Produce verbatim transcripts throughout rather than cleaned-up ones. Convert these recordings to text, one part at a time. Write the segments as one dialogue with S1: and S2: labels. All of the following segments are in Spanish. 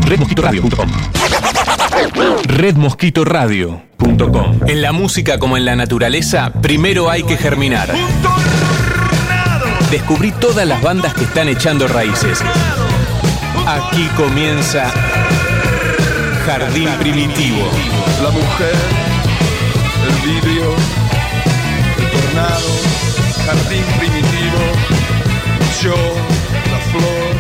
S1: red mosquito radio punto com. red mosquito radio punto com. En la música como en la naturaleza, primero hay que germinar. Descubrí todas las bandas que están echando raíces. Aquí comienza Jardín Primitivo.
S2: La mujer, el vidrio, el tornado, Jardín Primitivo, yo, la flor.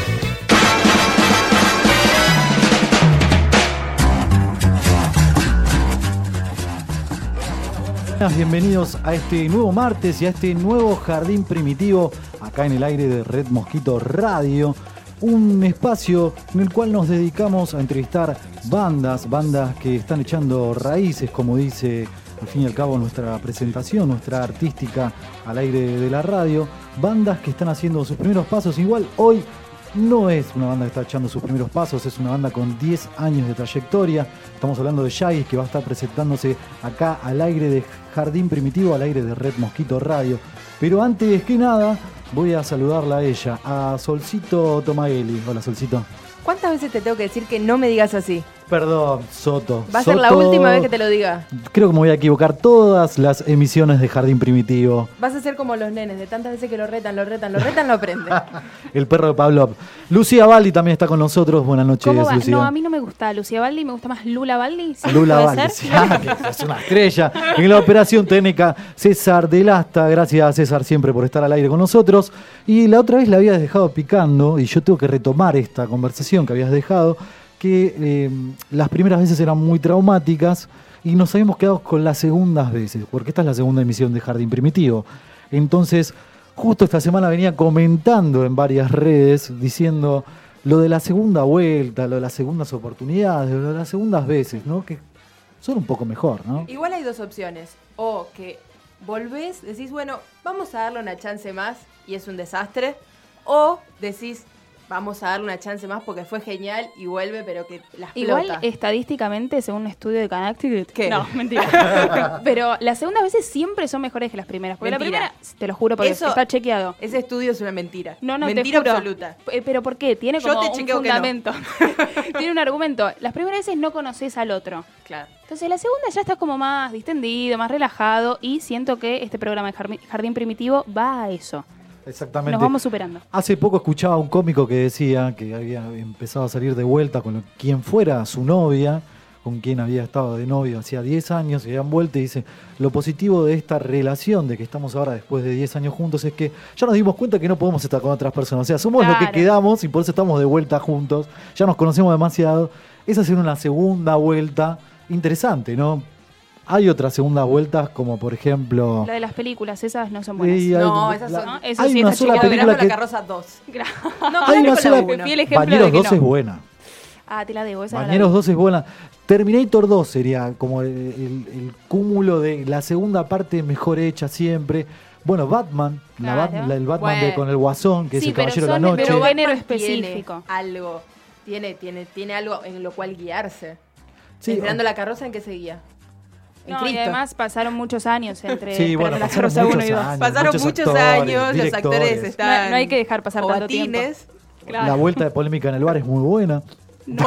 S3: Bienvenidos a este nuevo martes y a este nuevo Jardín Primitivo acá en el aire de Red Mosquito Radio, un espacio en el cual nos dedicamos a entrevistar bandas, bandas que están echando raíces, como dice al fin y al cabo nuestra presentación, nuestra artística al aire de la radio, bandas que están haciendo sus primeros pasos. Igual hoy no es una banda que está echando sus primeros pasos, es una banda con diez años de trayectoria. Estamos hablando de Yagis, que va a estar presentándose acá al aire de Jardín Primitivo, al aire de Red Mosquito Radio. Pero antes que nada, voy a saludarla a ella, a Solcito Tomagueli. Hola, Solcito.
S4: ¿Cuántas veces te tengo que decir que no me digas así?
S3: Perdón, Soto.
S4: Va a ser
S3: Soto,
S4: la última vez que te lo diga.
S3: Creo que me voy a equivocar todas las emisiones de Jardín Primitivo.
S4: Vas a ser como los nenes, de tantas veces que lo retan, lo retan, lo retan, lo aprende.
S3: El perro de Pavlov. Lucía Baldi también está con nosotros. Buenas noches,
S5: ¿Cómo va?
S3: Lucía.
S5: No, a mí no me gusta Lucía Baldi, me gusta más Lula Baldi. ¿Sí?
S3: Lula
S5: ¿Puede
S3: Baldi,
S5: ser?
S3: sí, ah, que es una estrella. En la operación técnica, César del Asta. Gracias, César, siempre por estar al aire con nosotros. Y la otra vez la habías dejado picando, y yo tengo que retomar esta conversación que habías dejado, que eh, las primeras veces eran muy traumáticas y nos habíamos quedado con las segundas veces, porque esta es la segunda emisión de Jardín Primitivo. Entonces, justo esta semana venía comentando en varias redes, diciendo lo de la segunda vuelta, lo de las segundas oportunidades, lo de las segundas veces, ¿no? Que son un poco mejor, ¿no?
S4: Igual hay dos opciones. O que volvés, decís, bueno, vamos a darle una chance más y es un desastre. O decís, vamos a darle una chance más porque fue genial y vuelve, pero que la explota.
S5: Igual, estadísticamente, según un estudio de Connecticut...
S4: ¿Qué?
S5: No, mentira. Pero las segundas veces siempre son mejores que las primeras. Porque
S4: Mentira.
S5: la primera, te lo juro, porque
S4: Eso-
S5: está chequeado.
S4: Ese estudio es una mentira.
S5: No, no,
S4: mentira
S5: te juro.
S4: absoluta.
S5: Eh, ¿Pero por qué? Tiene
S4: Yo
S5: como
S4: te
S5: un
S4: chequeo que no.
S5: fundamento. Tiene un argumento. Las primeras veces no conoces al otro.
S4: Claro.
S5: Entonces, la segunda ya estás como más distendido, más relajado. Y siento que este programa de Jardín- Jardín Primitivo va a eso.
S3: Exactamente.
S5: Nos vamos superando.
S3: Hace poco escuchaba a un cómico que decía que había empezado a salir de vuelta con quien fuera su novia, con quien había estado de novio hacía diez años, y habían vuelto y dice, lo positivo de esta relación, de que estamos ahora después de diez años juntos, es que ya nos dimos cuenta que no podemos estar con otras personas. O sea, somos lo que
S5: Claro.
S3: quedamos y por eso estamos de vuelta juntos. Ya nos conocemos demasiado. Es hacer una segunda vuelta interesante, ¿no? Hay otras segundas vueltas, como por ejemplo...
S5: La de las películas, esas no son buenas.
S3: Eh, hay-
S4: No, esas
S3: la-
S4: son...
S5: ¿no? Eso
S3: hay
S5: sí
S3: una
S5: está
S3: sola
S4: Chequeado,
S3: película
S4: verás con
S3: que...
S4: la Carroza dos.
S5: Gra-
S4: No,
S3: Hay
S4: dale
S3: una
S4: con
S3: sola...
S4: la uno.
S5: Fiel ejemplo
S3: Bañeros
S5: de que
S3: dos
S5: no.
S3: es buena.
S5: Ah, te la debo, esa no la
S3: Bañeros
S5: vi.
S3: dos es buena. Terminator dos sería como el, el- el cúmulo de la segunda parte mejor hecha siempre. Bueno, Batman, la
S5: Claro.
S3: Bat- la- el Batman de,
S4: Bueno.
S3: con el Guasón, que
S5: Sí,
S3: es el
S5: pero
S3: Caballero de la
S5: son-
S3: Noche.
S5: pero
S4: Batman
S5: género
S4: tiene
S5: específico.
S4: algo, tiene, tiene, tiene algo en lo cual guiarse.
S3: Sí,
S4: Esperando la carroza, ¿en qué seguía? En
S5: No, y
S4: Cristo.
S5: además pasaron muchos años entre
S3: Sí,
S5: Esperando
S3: bueno,
S5: la
S3: pasaron
S5: Carroza uno
S3: muchos
S5: y dos.
S3: años.
S4: Pasaron
S3: muchos
S4: muchos,
S3: actores,
S4: años, los
S3: directores.
S4: actores están...
S5: No- no hay que dejar pasar tanto tiempo.
S4: ovatines.
S5: Claro.
S3: La vuelta de polémica en el bar es muy buena.
S5: No,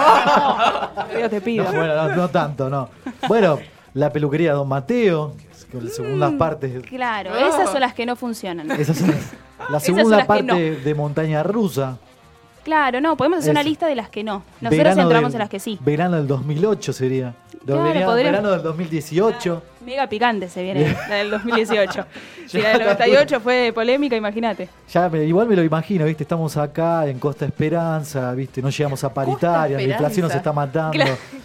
S5: Dios te pido.
S3: No, bueno, no, no tanto, no. Bueno, la peluquería de Don Mateo, que es con las segundas
S5: Mm,
S3: partes.
S5: Claro,
S4: No.
S5: esas son las que no funcionan.
S3: Esas son- la
S5: son
S3: segunda
S5: las que
S3: parte
S5: no.
S3: de Montaña Rusa.
S5: Claro, no, podemos hacer una
S3: Es-
S5: lista de las que no. Nosotros
S3: Verano
S5: entramos
S3: del-
S5: en las que sí.
S3: Verano del dos mil ocho sería.
S5: Claro,
S3: Verano-
S5: podríamos-
S3: verano del dos mil dieciocho.
S5: Mega picante se viene,
S3: Bien.
S5: la del dos mil dieciocho. Si
S3: Ya
S5: la del
S3: la
S5: noventa y ocho fue polémica, imagínate.
S3: Ya me- igual me lo imagino, ¿viste? Estamos acá en Costa Esperanza, ¿viste? No llegamos a paritaria, la inflación nos
S4: Esperanza.
S3: está matando.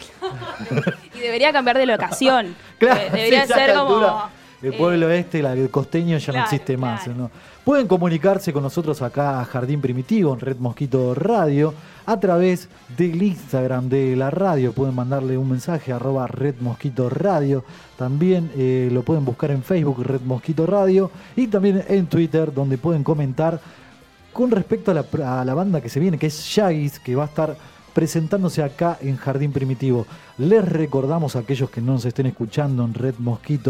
S5: Claro. Y debería cambiar de locación.
S3: Claro,
S5: Eh, debería
S3: sí, ya a
S5: ser
S3: esta
S5: como...
S3: altura, el pueblo este, la- el costeño ya
S5: Claro,
S3: no existe más.
S5: claro.
S3: ¿no? Pueden comunicarse con nosotros acá a Jardín Primitivo, en Red Mosquito Radio, a través del Instagram de la radio. Pueden mandarle un mensaje, arroba Red Mosquito Radio. También eh, lo pueden buscar en Facebook, Red Mosquito Radio. Y también en Twitter, donde pueden comentar con respecto a la, a la banda que se viene, que es Yagis, que va a estar presentándose acá en Jardín Primitivo. Les recordamos a aquellos que no nos estén escuchando en Red Mosquito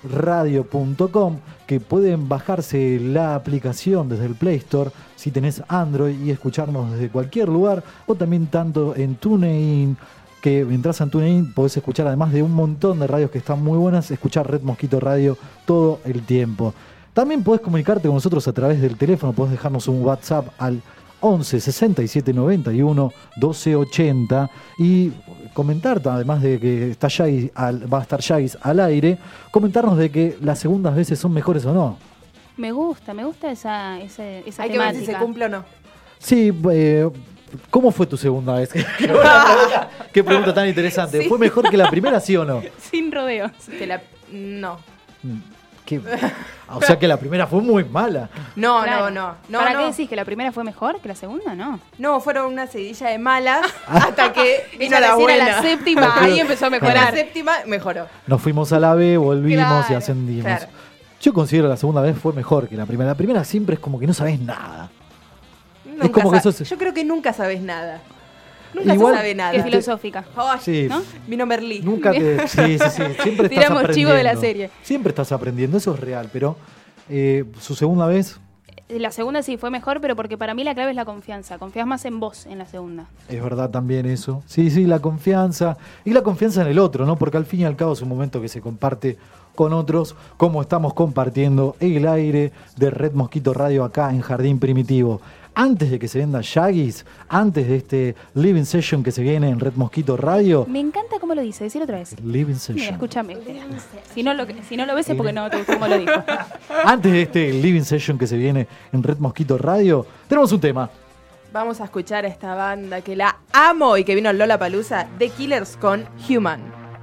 S3: radio punto com, que pueden bajarse la aplicación desde el Play Store si tenés Android y escucharnos desde cualquier lugar, o también tanto en TuneIn, que entras en TuneIn podés escuchar, además de un montón de radios que están muy buenas, escuchar Red Mosquito Radio todo el tiempo. También podés comunicarte con nosotros a través del teléfono, podés dejarnos un WhatsApp al once sesenta y siete noventa y uno doce ochenta y comentar, además de que está Yagis al, va a estar Yagis al aire, comentarnos de que las segundas veces son mejores o no.
S5: Me gusta, me gusta esa, esa, esa
S4: Hay
S5: temática.
S4: que ver si se cumple o no.
S3: Sí, eh, ¿cómo fue tu segunda vez? Qué pregunta, qué pregunta tan interesante.
S4: Sí.
S3: ¿Fue mejor que la primera, sí o no?
S5: Sin rodeos.
S4: Te la... No.
S3: ¿Qué? O sea que la primera fue muy mala.
S4: No,
S5: Claro.
S4: no, no. no
S5: ¿Para
S4: no.
S5: qué decís que la primera fue mejor que la segunda? No.
S4: No, fueron una seguidilla de malas hasta que vino
S5: Ella
S4: la
S5: recién
S4: buena.
S5: a la séptima, ahí empezó a
S4: Con la
S5: mejorar.
S4: séptima mejoró.
S3: Nos fuimos a la B, volvimos y
S5: Claro,
S3: ascendimos.
S4: claro.
S3: Yo considero que la segunda vez fue mejor que la primera. La primera siempre es como que no sabés nada.
S4: Nunca
S3: como que
S4: sa-
S3: sos-
S4: Yo creo que nunca sabes nada. Nunca
S3: Igual-
S4: se sabe nada.
S5: Qué filosófica.
S4: Ay,
S3: Sí.
S5: ¿no?
S4: Vino Merlí.
S3: Nunca te... Sí, sí, sí. Siempre estás
S5: Tiramos
S3: aprendiendo.
S5: chivo de la serie.
S3: Siempre estás aprendiendo, eso es real. Pero eh, su segunda vez
S5: La segunda sí fue mejor, pero porque para mí la clave es la confianza. Confías más en vos en la segunda.
S3: es verdad también eso. Sí, sí, la confianza. Y la confianza en el otro, ¿no? Porque al fin y al cabo es un momento que se comparte con otros, como estamos compartiendo el aire de Red Mosquito Radio acá en Jardín Primitivo. Antes de que se venda Yagis, antes de este Living Session que se viene en Red Mosquito Radio.
S5: Me encanta cómo lo dice, decir otra vez.
S3: Living
S5: Mira,
S3: Session.
S5: escúchame. Si no, lo, si no lo ves es porque no te gustó cómo lo dijo.
S3: Antes de este Living Session que se viene en Red Mosquito Radio, tenemos un tema.
S4: Vamos a escuchar a esta banda que la amo y que vino al Lollapalooza, The Killers con Human.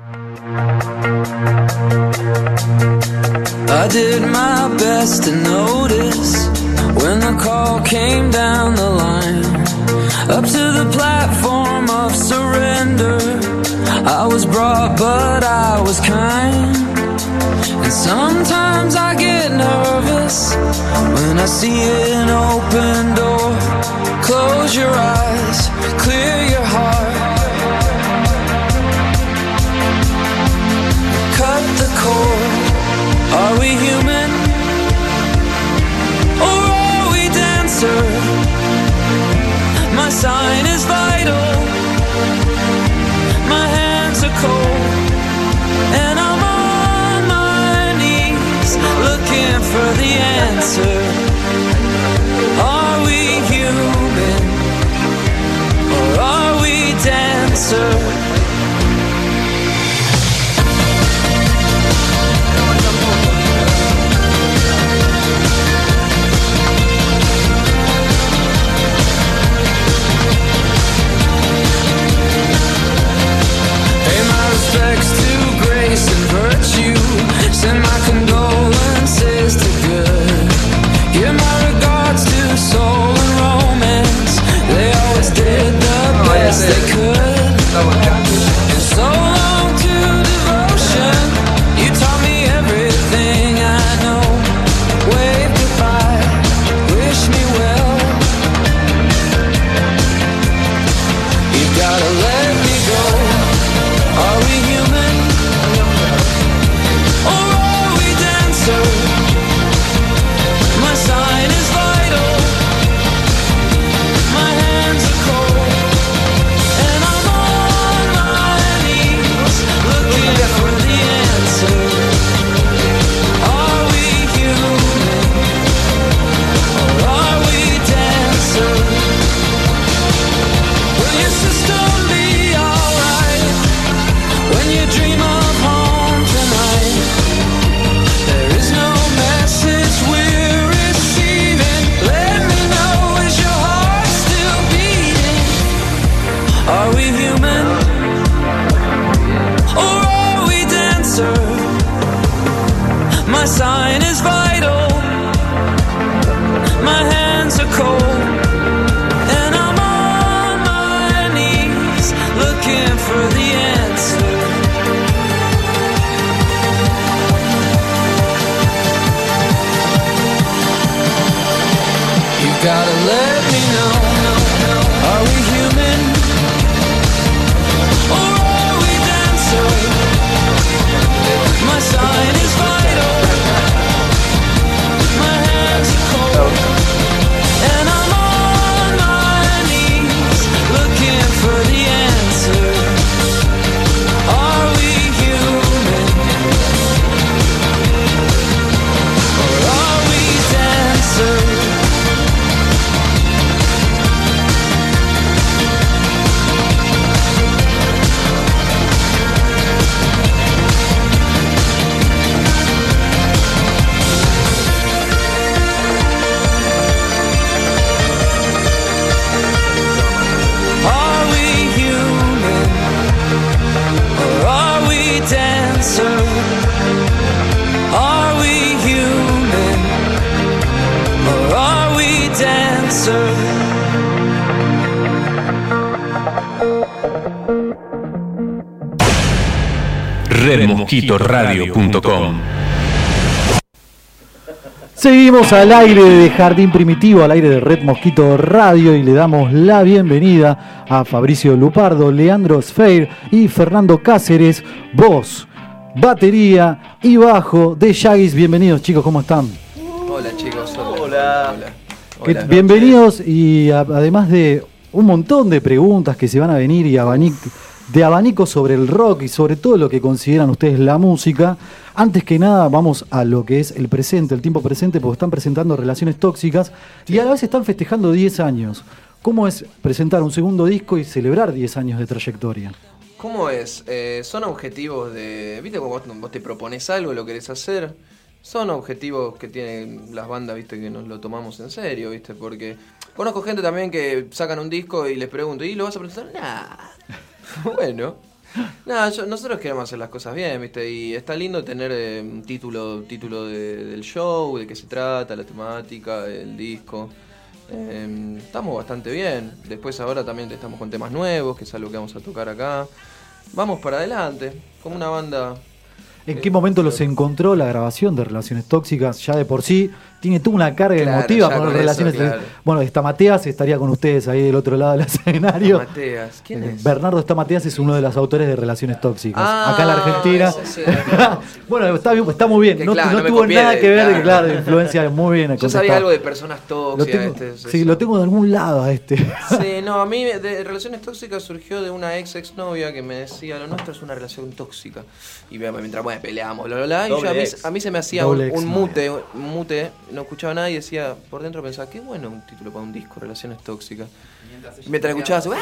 S6: I did my best to notice when the call came down the line, up to the platform of surrender. I was brought, but I was kind. And sometimes I get nervous when I see an open door. Close your eyes, clear your heart. Cut the cord. Are we human? Or are we dancer? My sign is vital. My hands are cold. And I'm on my knees looking for the answer. Are we human? Or are we dancer? Respects to grace and virtue. Send my condolences to good. Give my regards to soul and romance. They always did the best they could. And so long to devotion. You taught me everything I know. Wave goodbye, wish me well. You gotta let me go. Are we human? Or are we dancer? My sign is vital. My hands are cold. And I'm on my knees looking for the answer. Are we human? Or are we dancer? Will your system be alright when you dream of home tonight? There is no message we're receiving. Let me know, is your heart still beating? Are we human? Or are we dancer? My sign is vital. My hands are cold. And I'm on my knees looking for the answer. You gotta let me know. Are we human? Or are we dancer? My sign is vital.
S1: red mosquito radio punto com.
S3: Seguimos al aire de Jardín Primitivo, al aire de Red Mosquito Radio, y le damos la bienvenida a Fabricio Lupardo, Leandro Sfeir y Fernando Cáceres, voz, batería y bajo de Yagis. Bienvenidos, chicos, ¿cómo están?
S7: Hola, chicos. Hola.
S8: Hola.
S7: Hola.
S3: Que-
S7: Hola.
S3: bienvenidos, y a- además de un montón de preguntas que se van a venir y abanic- de abanico sobre el rock y sobre todo lo que consideran ustedes la música. Antes que nada vamos a lo que es el presente, el tiempo presente, porque están presentando Relaciones Tóxicas y a la vez están festejando diez años. ¿Cómo es presentar un segundo disco y celebrar diez años de trayectoria?
S7: ¿Cómo es? Eh, son objetivos de... ¿Viste cómo vos, vos te propones algo, lo querés hacer? Son objetivos que tienen las bandas, ¿viste? Que nos lo tomamos en serio, ¿viste? Porque conozco gente también que sacan un disco y les pregunto, ¿y lo vas a presentar? Nah. Bueno... Nada, yo- nosotros queremos hacer las cosas bien, ¿viste? Y está lindo tener eh, un título, título de- del show, de qué se trata, la temática, el disco. Eh, estamos bastante bien. Después ahora también estamos con temas nuevos, que es algo que vamos a tocar acá. Vamos para adelante, como una banda...
S3: ¿En qué momento los encontró la grabación de Relaciones Tóxicas? Ya de por sí tiene toda una carga
S7: Claro,
S3: emotiva
S7: ya
S3: con
S7: con
S3: Relaciones
S7: eso, claro.
S3: Bueno, Estamateas estaría con ustedes ahí del otro lado del escenario.
S7: Mateas, ¿quién
S3: Eh,
S7: es?
S3: Bernardo Estamateas es uno de los autores de Relaciones Tóxicas.
S7: Ah,
S3: acá en la Argentina.
S7: ese sí.
S3: Bueno, está, bien, está muy bien.
S7: Que
S3: No,
S7: claro,
S3: no
S7: no me
S3: tuvo
S7: copié
S3: nada
S7: de-
S3: que ver,
S7: claro.
S3: claro, de influencia muy bien.
S7: Yo
S3: contestado.
S7: sabía algo de personas
S3: Lo
S7: tóxicas.
S3: tengo,
S7: este, es
S3: sí,
S7: eso.
S3: lo tengo de algún lado a este.
S7: Sí, no, a mí de Relaciones Tóxicas surgió de una ex exnovia que me decía, lo nuestro es una relación tóxica. Y me- mientras, bueno, peleamos, bla, bla, bla. Y yo, a, mí,
S8: Doble ex.
S7: a mí se me hacía un,
S3: Doble ex,
S7: un
S3: no.
S7: mute, un mute, no escuchaba nada y decía, por dentro pensaba, qué bueno un título para un disco, Relaciones Tóxicas. Mientras escuchaba así,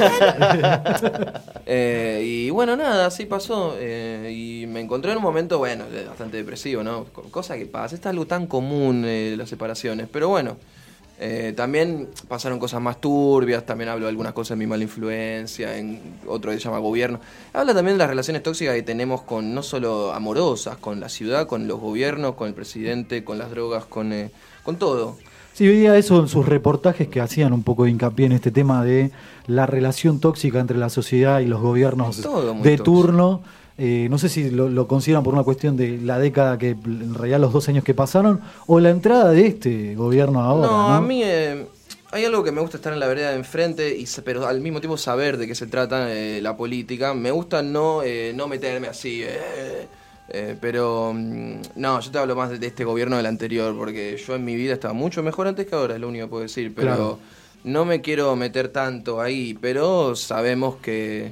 S7: eh, y bueno, nada, así pasó. eh, y me encontré en un momento, bueno, de- bastante depresivo, ¿no? Co- Cosa que pasa, es algo tan común, eh, las separaciones. Pero bueno, eh, también pasaron cosas más turbias, también hablo de algunas cosas de mi mala influencia, en otro que se llama gobierno. Habla también de las relaciones tóxicas que tenemos con, no solo amorosas, con la ciudad, con los gobiernos, con el presidente, con las drogas, con, eh, con todo.
S3: Sí, veía eso en sus reportajes que hacían un poco de hincapié en este tema de la relación tóxica entre la sociedad y los gobiernos
S7: Todo muy
S3: de
S7: tóxico.
S3: turno. Eh, no sé si lo, lo consideran por una cuestión de la década que, en realidad, los dos años que pasaron, o la entrada de este gobierno ahora.
S7: No,
S3: No,
S7: a mí eh, hay algo que me gusta estar en la vereda de enfrente, y, se- pero al mismo tiempo saber de qué se trata eh, la política. Me gusta no, eh, no meterme así, eh, eh, pero mm, no, yo te hablo más de, de este gobierno del anterior, porque yo en mi vida estaba mucho mejor antes que ahora, es lo único que puedo decir, pero
S3: Claro.
S7: no me quiero meter tanto ahí, pero sabemos que...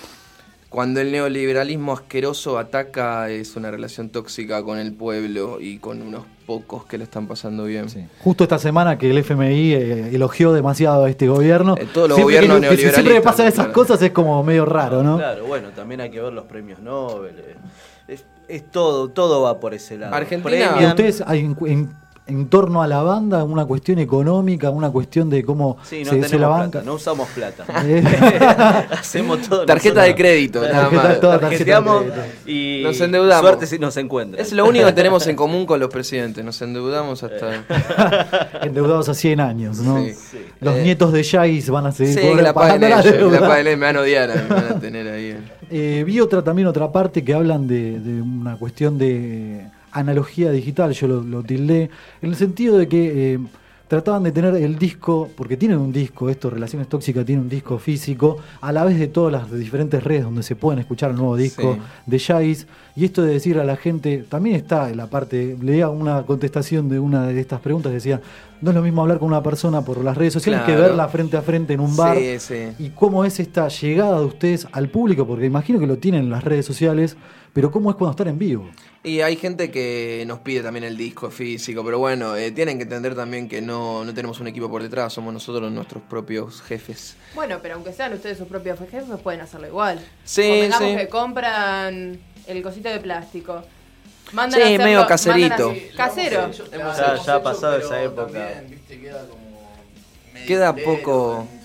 S7: Cuando el neoliberalismo asqueroso ataca, es una relación tóxica con el pueblo y con unos pocos que le están pasando bien.
S3: Sí. Justo esta semana que el F M I eh, elogió demasiado a este gobierno.
S7: Eh, todos los
S3: Siempre que-
S7: gobiernos
S3: que Siempre que
S7: neoliberalistas,
S3: pasan esas
S7: claro.
S3: cosas es como medio raro, ¿no?
S8: Claro, bueno, también hay que ver los premios Nobel. eh. Es, es todo, todo va por ese lado.
S7: Argentina-
S3: ¿Y
S8: Premian-
S3: ustedes hay en, en- en torno a la banda una cuestión económica, una cuestión de cómo
S8: Sí, no
S3: se, se
S8: tenemos
S3: la
S8: plata,
S3: banca?
S8: no usamos plata.
S3: Eh,
S8: Hacemos todo.
S7: Tarjeta de
S8: nosotros.
S7: crédito, nada
S3: Tarjeta-
S7: más.
S3: toda tarjeta de
S8: Tarjeteamos
S3: crédito.
S8: y
S7: Nos endeudamos.
S8: suerte si nos encuentran.
S7: Es lo único que tenemos en común con los presidentes. Nos endeudamos hasta...
S3: endeudados a cien años, ¿no?
S7: Sí.
S3: Los
S7: Eh,
S3: nietos de Yais van a seguir
S7: Sí,
S3: cobrando-
S7: que la paguen
S3: pagando la
S7: ellos, que
S3: deuda.
S7: la paguen ellos, me van a odiar, a mí, me van a tener ahí.
S3: Eh, vi otra también otra parte que hablan de, de una cuestión de analogía digital, yo lo, lo tildé, en el sentido de que eh, trataban de tener el disco, porque tienen un disco, esto, Relaciones Tóxicas tiene un disco físico, a la vez de todas las diferentes redes donde se pueden escuchar el nuevo disco
S7: Sí.
S3: de Yais, y esto de decir a la gente, también está en la parte, leía una contestación de una de estas preguntas, decía, no es lo mismo hablar con una persona por las redes sociales que
S7: Claro.
S3: verla frente a frente en un bar.
S7: Sí, sí.
S3: ¿Y cómo es esta llegada de ustedes al público? Porque imagino que lo tienen en las redes sociales, pero ¿cómo es cuando están en vivo?
S7: Y hay gente que nos pide también el disco físico, pero bueno, eh, tienen que entender también que no, no tenemos un equipo por detrás, somos nosotros nuestros propios jefes.
S4: Bueno, pero aunque sean ustedes sus propios jefes, pueden hacerlo igual.
S7: Sí,
S4: Convengamos
S7: sí.
S4: que compran el cosito de plástico. Mandan
S7: Sí,
S4: a hacerlo-
S7: medio
S4: mandan a-
S7: caserito.
S4: Casero.
S8: Ya- ya ha pasado esa época.
S7: Queda poco...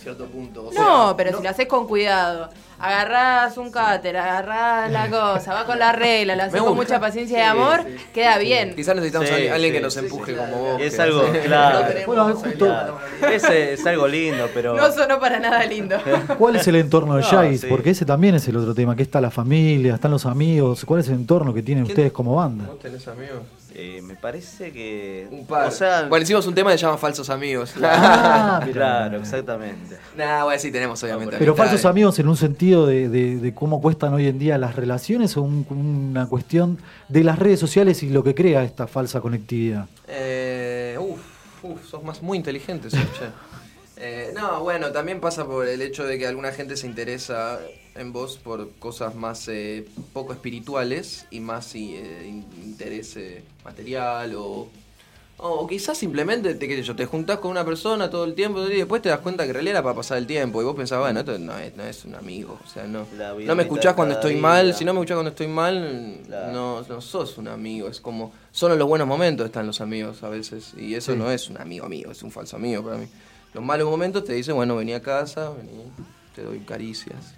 S7: cierto punto. O sea,
S4: No, pero
S7: no-
S4: si lo haces con cuidado. Agarrás un cáter, agarrás la cosa, va con la regla, lo haces
S7: Me
S4: con
S7: gusta.
S4: mucha paciencia y
S7: Sí,
S4: amor,
S7: sí.
S4: queda bien.
S7: Quizás necesitamos
S8: Sí,
S7: a alguien, alguien
S8: sí,
S7: que nos
S8: sí,
S7: empuje
S8: sí,
S7: como vos.
S8: Es
S7: que-
S8: algo,
S7: sí.
S8: claro.
S7: No tenemos
S3: Bueno, justo-
S8: Claro. Ese es algo lindo, pero...
S4: No sonó para nada lindo.
S3: ¿Cuál es el entorno de
S8: No,
S3: Shagis?
S8: sí.
S3: Porque ese también es el otro tema, que está la familia, están los amigos. ¿Cuál es el entorno que tienen
S7: ¿Quién-
S3: ustedes como banda?
S7: ¿Vos tenés amigos?
S8: Eh, me parece que...
S7: Un par.
S8: O sea...
S7: Bueno, hicimos un tema que se llama Falsos Amigos.
S3: Ah, mirá.
S8: Claro, exactamente.
S7: Nah, bueno, sí tenemos obviamente.
S3: Pero
S7: amistades.
S3: falsos amigos en un sentido de, de- de cómo cuestan hoy en día las relaciones o un- una cuestión de las redes sociales y lo que crea esta falsa conectividad.
S7: Eh, uf, uf, sos más muy inteligente, che. Eh, no, bueno, también pasa por el hecho de que alguna gente se interesa en vos por cosas más eh, poco espirituales y más eh, in- interés eh, material o, o quizás simplemente te, qué sé yo, te juntás con una persona todo el tiempo y después te das cuenta que en realidad era para pasar el tiempo y vos pensás, bueno, esto no es, no es un amigo, o sea, no,
S8: La vida
S7: no me
S8: mitad
S7: escuchás cuando
S8: cada
S7: estoy
S8: día.
S7: mal, si no me escuchás cuando estoy mal,
S8: Claro.
S7: no, no sos un amigo, es como, solo en los buenos momentos están los amigos a veces y eso
S3: Sí.
S7: no es un amigo mío, es un falso amigo para mí. Los malos momentos te dicen, bueno, vení a casa, vení, te doy caricias.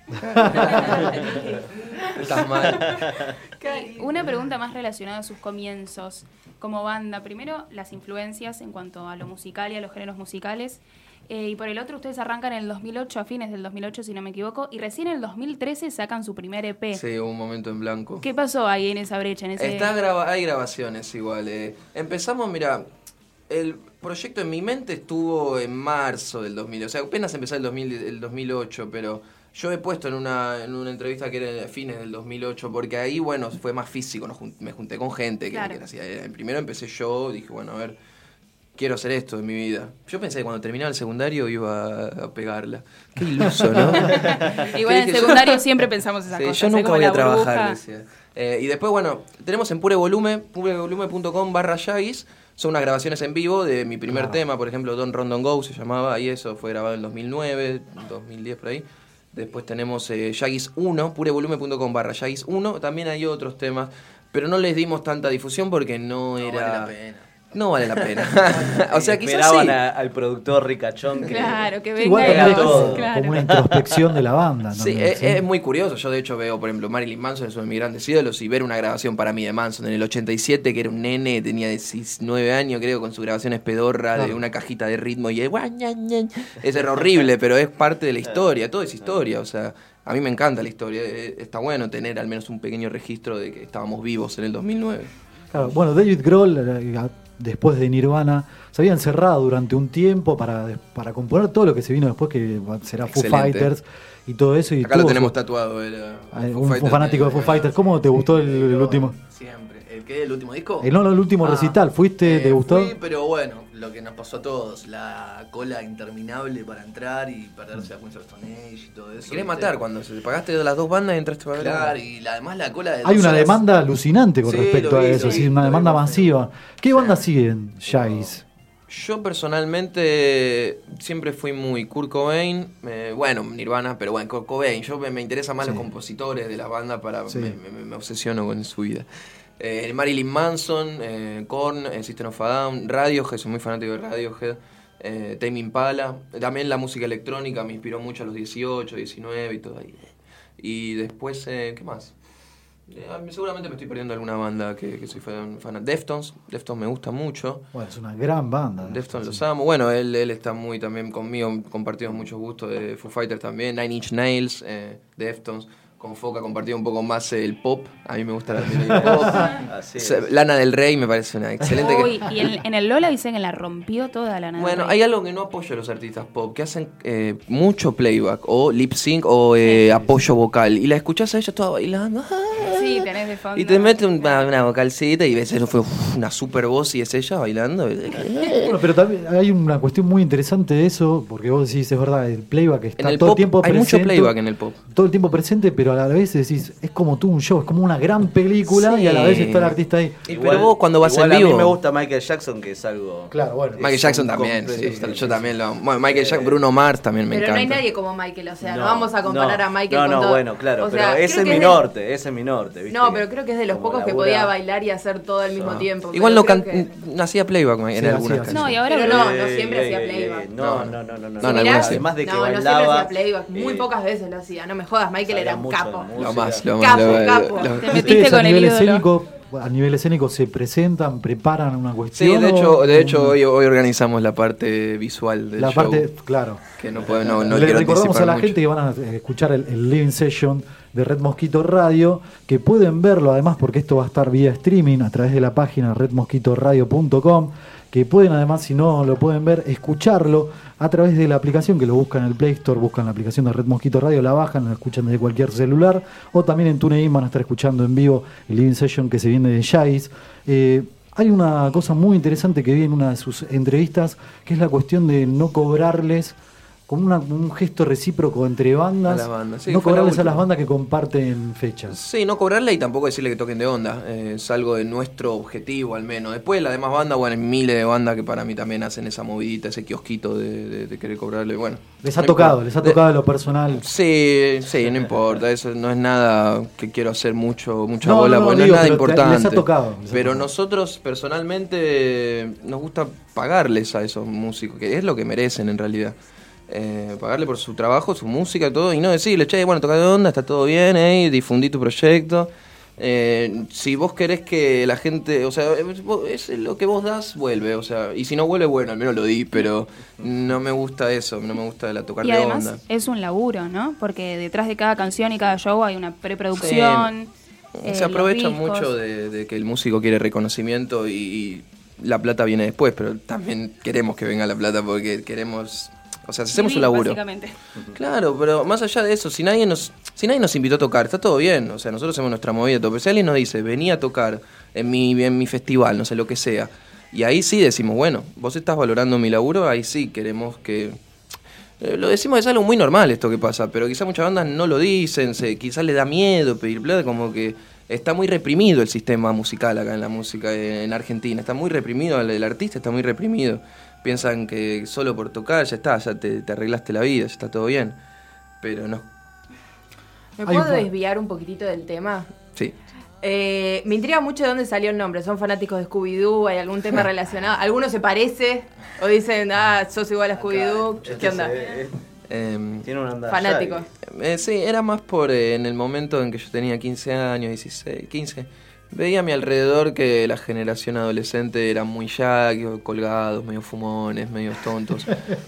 S7: Estás mal.
S5: Una pregunta más relacionada a sus comienzos como banda. Primero, las influencias en cuanto a lo musical y a los géneros musicales. Eh, y por el otro, ustedes arrancan en el dos mil ocho, a fines del dos mil ocho, si no me equivoco, y recién en el dos mil trece sacan su primer E P.
S7: Sí, hubo un momento en blanco.
S5: ¿Qué pasó ahí en esa brecha? En ese...
S7: Está graba hay grabaciones igual. eh. Empezamos, mira, el proyecto en mi mente estuvo en marzo del dos mil, o sea, apenas empezó el, dos mil, el dos mil ocho, pero yo he puesto en una, en una entrevista que era a fines del dos mil ocho, porque ahí, bueno, fue más físico, nos jun- me junté con gente que,
S5: Claro.
S7: que hacía. eh, Primero empecé yo, dije, bueno, a ver, quiero hacer esto en mi vida. Yo pensé que cuando terminaba el secundario iba a, a pegarla. Qué iluso, ¿no?
S5: Igual en
S7: Dije, yo-
S5: secundario siempre pensamos esas
S7: Sí,
S5: cosas.
S7: yo
S5: ¿eh?
S7: nunca
S5: Como
S7: voy
S5: la
S7: a trabajar,
S5: burbuja.
S7: decía. Eh, y después, bueno, tenemos en Pure Volume, purevolume punto com barra Shagis, son unas grabaciones en vivo de mi primer
S3: Claro.
S7: tema, por ejemplo, Don't Run Don't Go se llamaba, y eso fue grabado en dos mil nueve, dos mil diez por ahí. Después tenemos eh, Shagis uno, purevolume punto com barra Shagis uno, también hay otros temas, pero no les dimos tanta difusión porque no,
S9: No
S7: era...
S9: vale la pena.
S7: No vale la pena. O sea, quizás
S8: Esperaban
S7: sí.
S8: a- al productor ricachón que...
S5: Claro, que venga
S3: Igual
S5: y
S3: también
S8: era
S3: es
S5: lo-
S8: todo.
S5: claro.
S3: como una introspección de la banda.
S7: Sí,
S3: también,
S7: es, es muy curioso. Yo, de hecho, veo, por ejemplo, Marilyn Manson es uno de mis grandes ídolos y ver una grabación para mí de Manson en el ochenta y siete, que era un nene, tenía diecinueve años, creo, con su grabación espedorra de
S3: Claro.
S7: una cajita de ritmo y el guan, ñan, ñan. Eso era horrible, pero es parte de la historia, todo es historia. O sea, a mí me encanta la historia. eh, Está bueno tener al menos un pequeño registro de que estábamos vivos en el dos mil nueve.
S3: Claro, bueno, David Grohl, eh, a- después de Nirvana, se había encerrado durante un tiempo para, para componer todo lo que se vino después, que va- será Foo
S7: Excelente.
S3: Fighters y todo eso. Y
S7: Acá lo
S3: tuvo
S7: tenemos
S3: su-
S7: tatuado. Era
S3: eh,
S7: Foo
S3: un, un
S7: Fighters.
S3: fanático de Foo Fighters. ¿Cómo te gustó el, el último?
S9: Siempre. ¿El qué? ¿El último disco?
S3: El, no, no, el último
S9: Ah,
S3: recital. ¿Fuiste?
S9: eh,
S3: ¿Te gustó?
S9: Fui, pero bueno, lo que nos pasó a todos, la cola interminable para entrar y perderse a Queens of Stone Age y todo eso.
S7: Te querés
S9: ¿viste?
S7: matar cuando se pagaste de las dos bandas y entraste para
S9: Claro, y la- además la cola de
S3: Hay
S9: dos
S3: una
S9: horas-
S3: demanda alucinante con
S9: Sí,
S3: respecto
S9: lo vi,
S3: a
S9: lo
S3: eso,
S9: vi,
S3: sí, una
S9: lo vi
S3: demanda
S9: por
S3: masiva. ¿Qué bandas siguen, Shagis?
S7: Yo personalmente siempre fui muy Kurt Cobain, eh, bueno, Nirvana, pero bueno, Kurt Cobain. Yo me, me interesan más
S3: Sí.
S7: los compositores de la banda, para
S3: Sí.
S7: me, me- me obsesiono con su vida. Eh, Marilyn Manson, eh, Korn, eh, System of a Down, Radiohead, soy muy fanático de Radiohead, eh, Tame Impala. También la música electrónica me inspiró mucho a los dieciocho, diecinueve y todo ahí. Y después, eh, ¿qué más? Eh, seguramente me estoy perdiendo alguna banda que, que soy fan. fan- Deftones, Deftones me gusta mucho.
S3: Bueno, es una gran banda.
S7: Deftones
S3: Sí.
S7: los amo. Bueno, él, él está muy también conmigo, compartimos muchos gustos de Foo Fighters también, Nine Inch Nails, eh, Deftones. Con Foca compartido un poco más el pop. A mí me gusta la el pop.
S8: Así
S7: Se-
S8: es.
S7: Lana del Rey me parece una excelente. que-
S5: Uy, y en, en el Lola dicen que la rompió toda la nada.
S7: Bueno, hay algo que no apoyo a los artistas pop, que hacen eh, mucho playback, o lip sync, o eh, apoyo vocal. Y la escuchás a ella toda bailando.
S5: Sí, tenés de fondo.
S7: Y te mete una, una vocalcita y ves, eso fue uf, una super voz y es ella bailando.
S3: Bueno, pero también hay una cuestión muy interesante de eso, porque vos decís, es verdad, el playback está
S7: En el
S3: todo
S7: pop
S3: el tiempo
S7: hay
S3: presente.
S7: mucho playback en el pop.
S3: Todo el tiempo presente, pero pero a la vez decís, es como tú un show, es como una gran película
S7: Sí.
S3: y a la vez está el artista ahí.
S7: Y pero vos cuando vas
S8: igual
S7: en vivo.
S8: A mí me gusta Michael Jackson, que es algo.
S3: Claro, bueno.
S7: Michael
S8: es
S7: Jackson
S8: un
S7: también,
S8: completo-
S7: sí, yo también lo amo. Bueno, Michael Jackson, Bruno Mars también me
S4: Pero no
S7: encanta.
S4: hay nadie como Michael, o sea, no,
S8: No,
S4: vamos a comparar
S8: no,
S4: a Michael
S8: no,
S4: con
S8: no,
S4: todo.
S8: bueno, claro,
S4: O
S8: pero
S4: sea,
S8: ese
S4: creo
S8: es
S4: que
S8: mi
S4: de-
S8: norte, ese es mi norte, ¿viste?
S4: No, pero creo que es de los
S8: Como
S4: pocos que
S8: labura-
S4: podía bailar y hacer todo al mismo
S8: No.
S4: tiempo.
S7: Igual
S4: pero
S7: no
S4: creo
S7: can...
S4: que-
S7: hacía playback en
S3: Sí,
S7: algunas
S3: hacía.
S7: canciones.
S5: No, y ahora
S4: Pero
S5: Bruno-
S4: no, no
S8: Eh,
S4: siempre
S8: eh,
S4: hacía
S8: eh,
S4: playback.
S8: No, no, no, no, no.
S7: No, en
S8: no,
S7: algunas sí.
S8: Además de que
S4: no, no siempre
S8: bailaba.
S4: hacía playback, muy
S8: eh,
S4: pocas veces lo hacía. No me jodas, Michael era
S8: sabía
S4: un
S8: mucho de
S4: capo.
S8: música.
S7: Lo más, lo más.
S4: Capo,
S7: lo-
S4: capo.
S7: lo-
S5: Te
S3: ¿Ustedes
S5: metiste
S3: a
S5: con el
S3: nivel
S5: ídolo.
S3: escénico, a nivel escénico se presentan, preparan una
S7: Sí,
S3: cuestión?
S7: de hecho,
S3: o-
S7: de hecho hoy, hoy organizamos la parte visual del
S3: la
S7: show.
S3: parte, claro.
S7: Que no puedo, no, no
S3: Le
S7: quiero
S3: recordamos
S7: anticipar
S3: a la
S7: mucho.
S3: gente que van a eh, escuchar el, el Living Session de Red Mosquito Radio, que pueden verlo además porque esto va a estar vía streaming a través de la página red mosquito radio punto com, que pueden además, si no lo pueden ver, escucharlo a través de la aplicación, que lo buscan en el Play Store, buscan la aplicación de Red Mosquito Radio, la bajan, la escuchan desde cualquier celular, o también en TuneIn van a estar escuchando en vivo el Living Session que se viene de Jais. Eh, hay una cosa muy interesante que vi en una de sus entrevistas, que es la cuestión de no cobrarles como una- un gesto recíproco entre bandas,
S7: A las bandas, sí,
S3: no
S7: fue la
S3: cobrarles a
S7: última.
S3: las bandas que comparten fechas.
S7: Sí, no cobrarle y tampoco decirle que toquen de onda. Eh, es algo de nuestro objetivo al menos. Después las demás bandas, bueno, hay miles de bandas que para mí también hacen esa movidita, ese kiosquito de, de- de querer cobrarle. Bueno,
S3: Les ha
S7: no
S3: tocado,
S7: importa.
S3: les ha
S7: De-
S3: tocado de lo personal.
S7: Sí, sí, no importa. Eso no es nada que quiero hacer mucho, mucha
S3: No,
S7: bola,
S3: no, no,
S7: porque no
S3: digo,
S7: es nada
S3: pero te-
S7: importante.
S3: les ha tocado, les ha
S7: Pero
S3: tocado.
S7: nosotros personalmente nos gusta pagarles a esos músicos, que es lo que merecen en realidad. Eh, pagarle por su trabajo, su música, todo, y no decirle, che, bueno, toca de onda, está todo bien, eh, difundí tu proyecto. Eh, si vos querés que la gente, o sea, es, vos- es lo que vos das, vuelve, o sea, y si no vuelve, bueno, al menos lo di, pero no me gusta eso, no me gusta la tocar
S5: Y
S7: de
S5: además
S7: onda.
S5: es un laburo, ¿no? Porque detrás de cada canción y cada show hay una preproducción. eh,
S7: Se aprovechan
S5: los discos.
S7: mucho de, de que el músico quiere reconocimiento y, y la plata viene después, pero también queremos que venga la plata porque queremos, o sea, hacemos un
S5: Vivir,
S7: laburo.
S5: básicamente.
S7: Claro, pero más allá de eso, si nadie nos si nadie nos invitó a tocar, está todo bien, o sea, nosotros hacemos nuestra movida, todo, pero si alguien nos dice, vení a tocar en mi, en mi festival, no sé lo que sea, y ahí sí decimos, bueno, vos estás valorando mi laburo, ahí sí queremos que... eh, Lo decimos, es algo muy normal esto que pasa, pero quizás muchas bandas no lo dicen, se, quizás le da miedo pedir plata, como que está muy reprimido el sistema musical acá en la música eh, en Argentina, está muy reprimido, el, el artista está muy reprimido. Piensan que solo por tocar ya está, ya te, te arreglaste la vida, ya está todo bien, pero no.
S4: ¿Me
S3: Hay un
S4: puedo
S3: pa-
S4: desviar un poquitito del tema?
S7: Sí.
S4: Eh, me intriga mucho de dónde salió el nombre. ¿Son fanáticos de Scooby-Doo? ¿Hay algún tema relacionado? ¿Alguno se parece? ¿O dicen, ah, sos igual a Scooby-Doo?
S8: Este
S4: ¿Qué onda?
S8: se- eh,
S7: Em,
S8: Tiene una onda.
S4: Fanático.
S7: Eh, sí, era más por eh, en el momento en que yo tenía quince años, dieciséis, quince. Veía a mi alrededor que la generación adolescente eran muy Shaggy, colgados, medio fumones, medio tontos.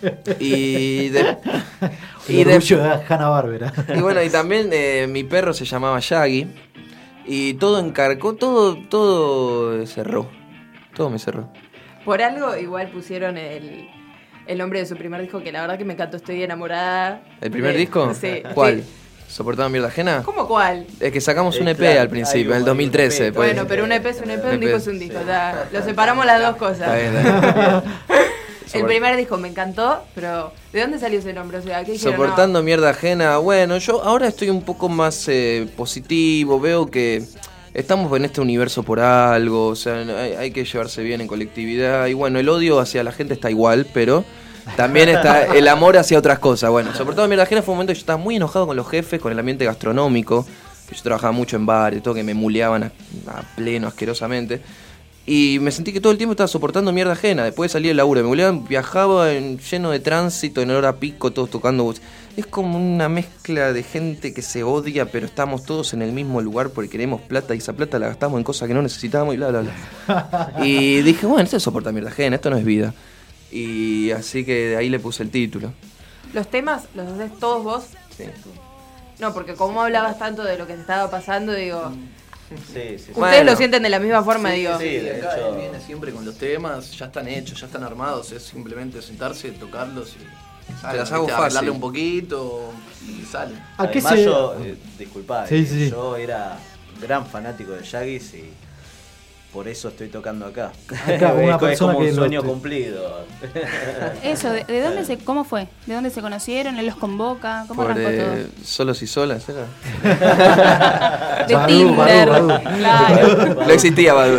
S7: Y de,
S3: El
S7: y, de-
S3: orgullo de Hanna-Barbera.
S7: y bueno, y también eh, mi perro se llamaba Shaggy. Y todo encarcó, todo, todo cerró. Todo me cerró.
S4: Por algo igual pusieron el, el nombre de su primer disco, que la verdad que me encantó, estoy enamorada.
S7: ¿El primer
S4: de-
S7: disco?
S4: Sí.
S7: ¿Cuál?
S4: Sí.
S7: ¿Soportaba mierda ajena?
S4: ¿Cómo cuál?
S7: Es que sacamos
S8: Eh,
S7: un E P
S8: claro,
S7: al principio,
S8: hay
S7: en el
S8: un-
S7: dos mil trece.
S8: hay un E P.
S7: pues.
S4: Bueno, pero un E P es un E P, un
S7: Un
S4: disco
S7: E P,
S4: es un disco.
S8: sí.
S4: O sea, lo separamos las dos cosas.
S7: Está bien, está bien.
S4: El primer disco me encantó, pero ¿de dónde salió ese nombre? O sea, ¿qué dijeron?
S7: Soportando mierda ajena. Bueno, yo ahora estoy un poco más eh, positivo. Veo que estamos en este universo por algo. O sea, hay, hay que llevarse bien en colectividad. Y bueno, el odio hacia la gente está igual, pero también está el amor hacia otras cosas. Bueno, Soportando mierda ajena fue un momento que yo estaba muy enojado con los jefes, con el ambiente gastronómico. Que yo trabajaba mucho en bares, todo que me muleaban a, a pleno, asquerosamente. Y me sentí que todo el tiempo estaba soportando mierda ajena. Después de salir del laburo, me volvían, viajaba en, lleno de tránsito, en hora pico, todos tocando. Es como una mezcla de gente que se odia, pero estamos todos en el mismo lugar porque queremos plata y esa plata la gastamos en cosas que no necesitamos y bla, bla, bla. Y dije, bueno, esto es soportar mierda ajena, esto no es vida. Y así que de ahí le puse el título.
S4: ¿Los temas los haces todos vos?
S7: Sí.
S4: No, porque como hablabas tanto de lo que te estaba pasando, digo...
S8: Sí, sí, sí.
S4: Ustedes
S7: Bueno.
S4: lo sienten de la misma forma, digo.
S8: sí, de
S9: acá
S8: hecho-
S9: él viene siempre con los temas, ya están hechos, ya están armados, es simplemente sentarse, tocarlos y
S7: Te las hago
S9: ¿viste?
S7: fácil.
S9: Arreglarle un poquito y sale.
S3: ¿A qué
S8: Además,
S3: se...?
S8: yo, eh, disculpá,
S3: Sí,
S8: eh,
S3: sí, sí.
S8: yo era gran fanático de Shaggy y por eso estoy tocando acá.
S3: Acá, una
S8: es,
S3: persona
S8: es como
S3: que
S8: un
S3: lo-
S8: sueño cumplido.
S5: Eso, ¿de, de dónde se, cómo fue? ¿De dónde se conocieron? ¿Él los convoca? ¿Cómo
S7: Por,
S5: arrancó
S7: eh,
S5: todo?
S7: solos y solas, ¿era?
S5: De
S3: Badoo,
S5: Tinder.
S3: Badoo, Badoo.
S5: Claro.
S7: No existía Badoo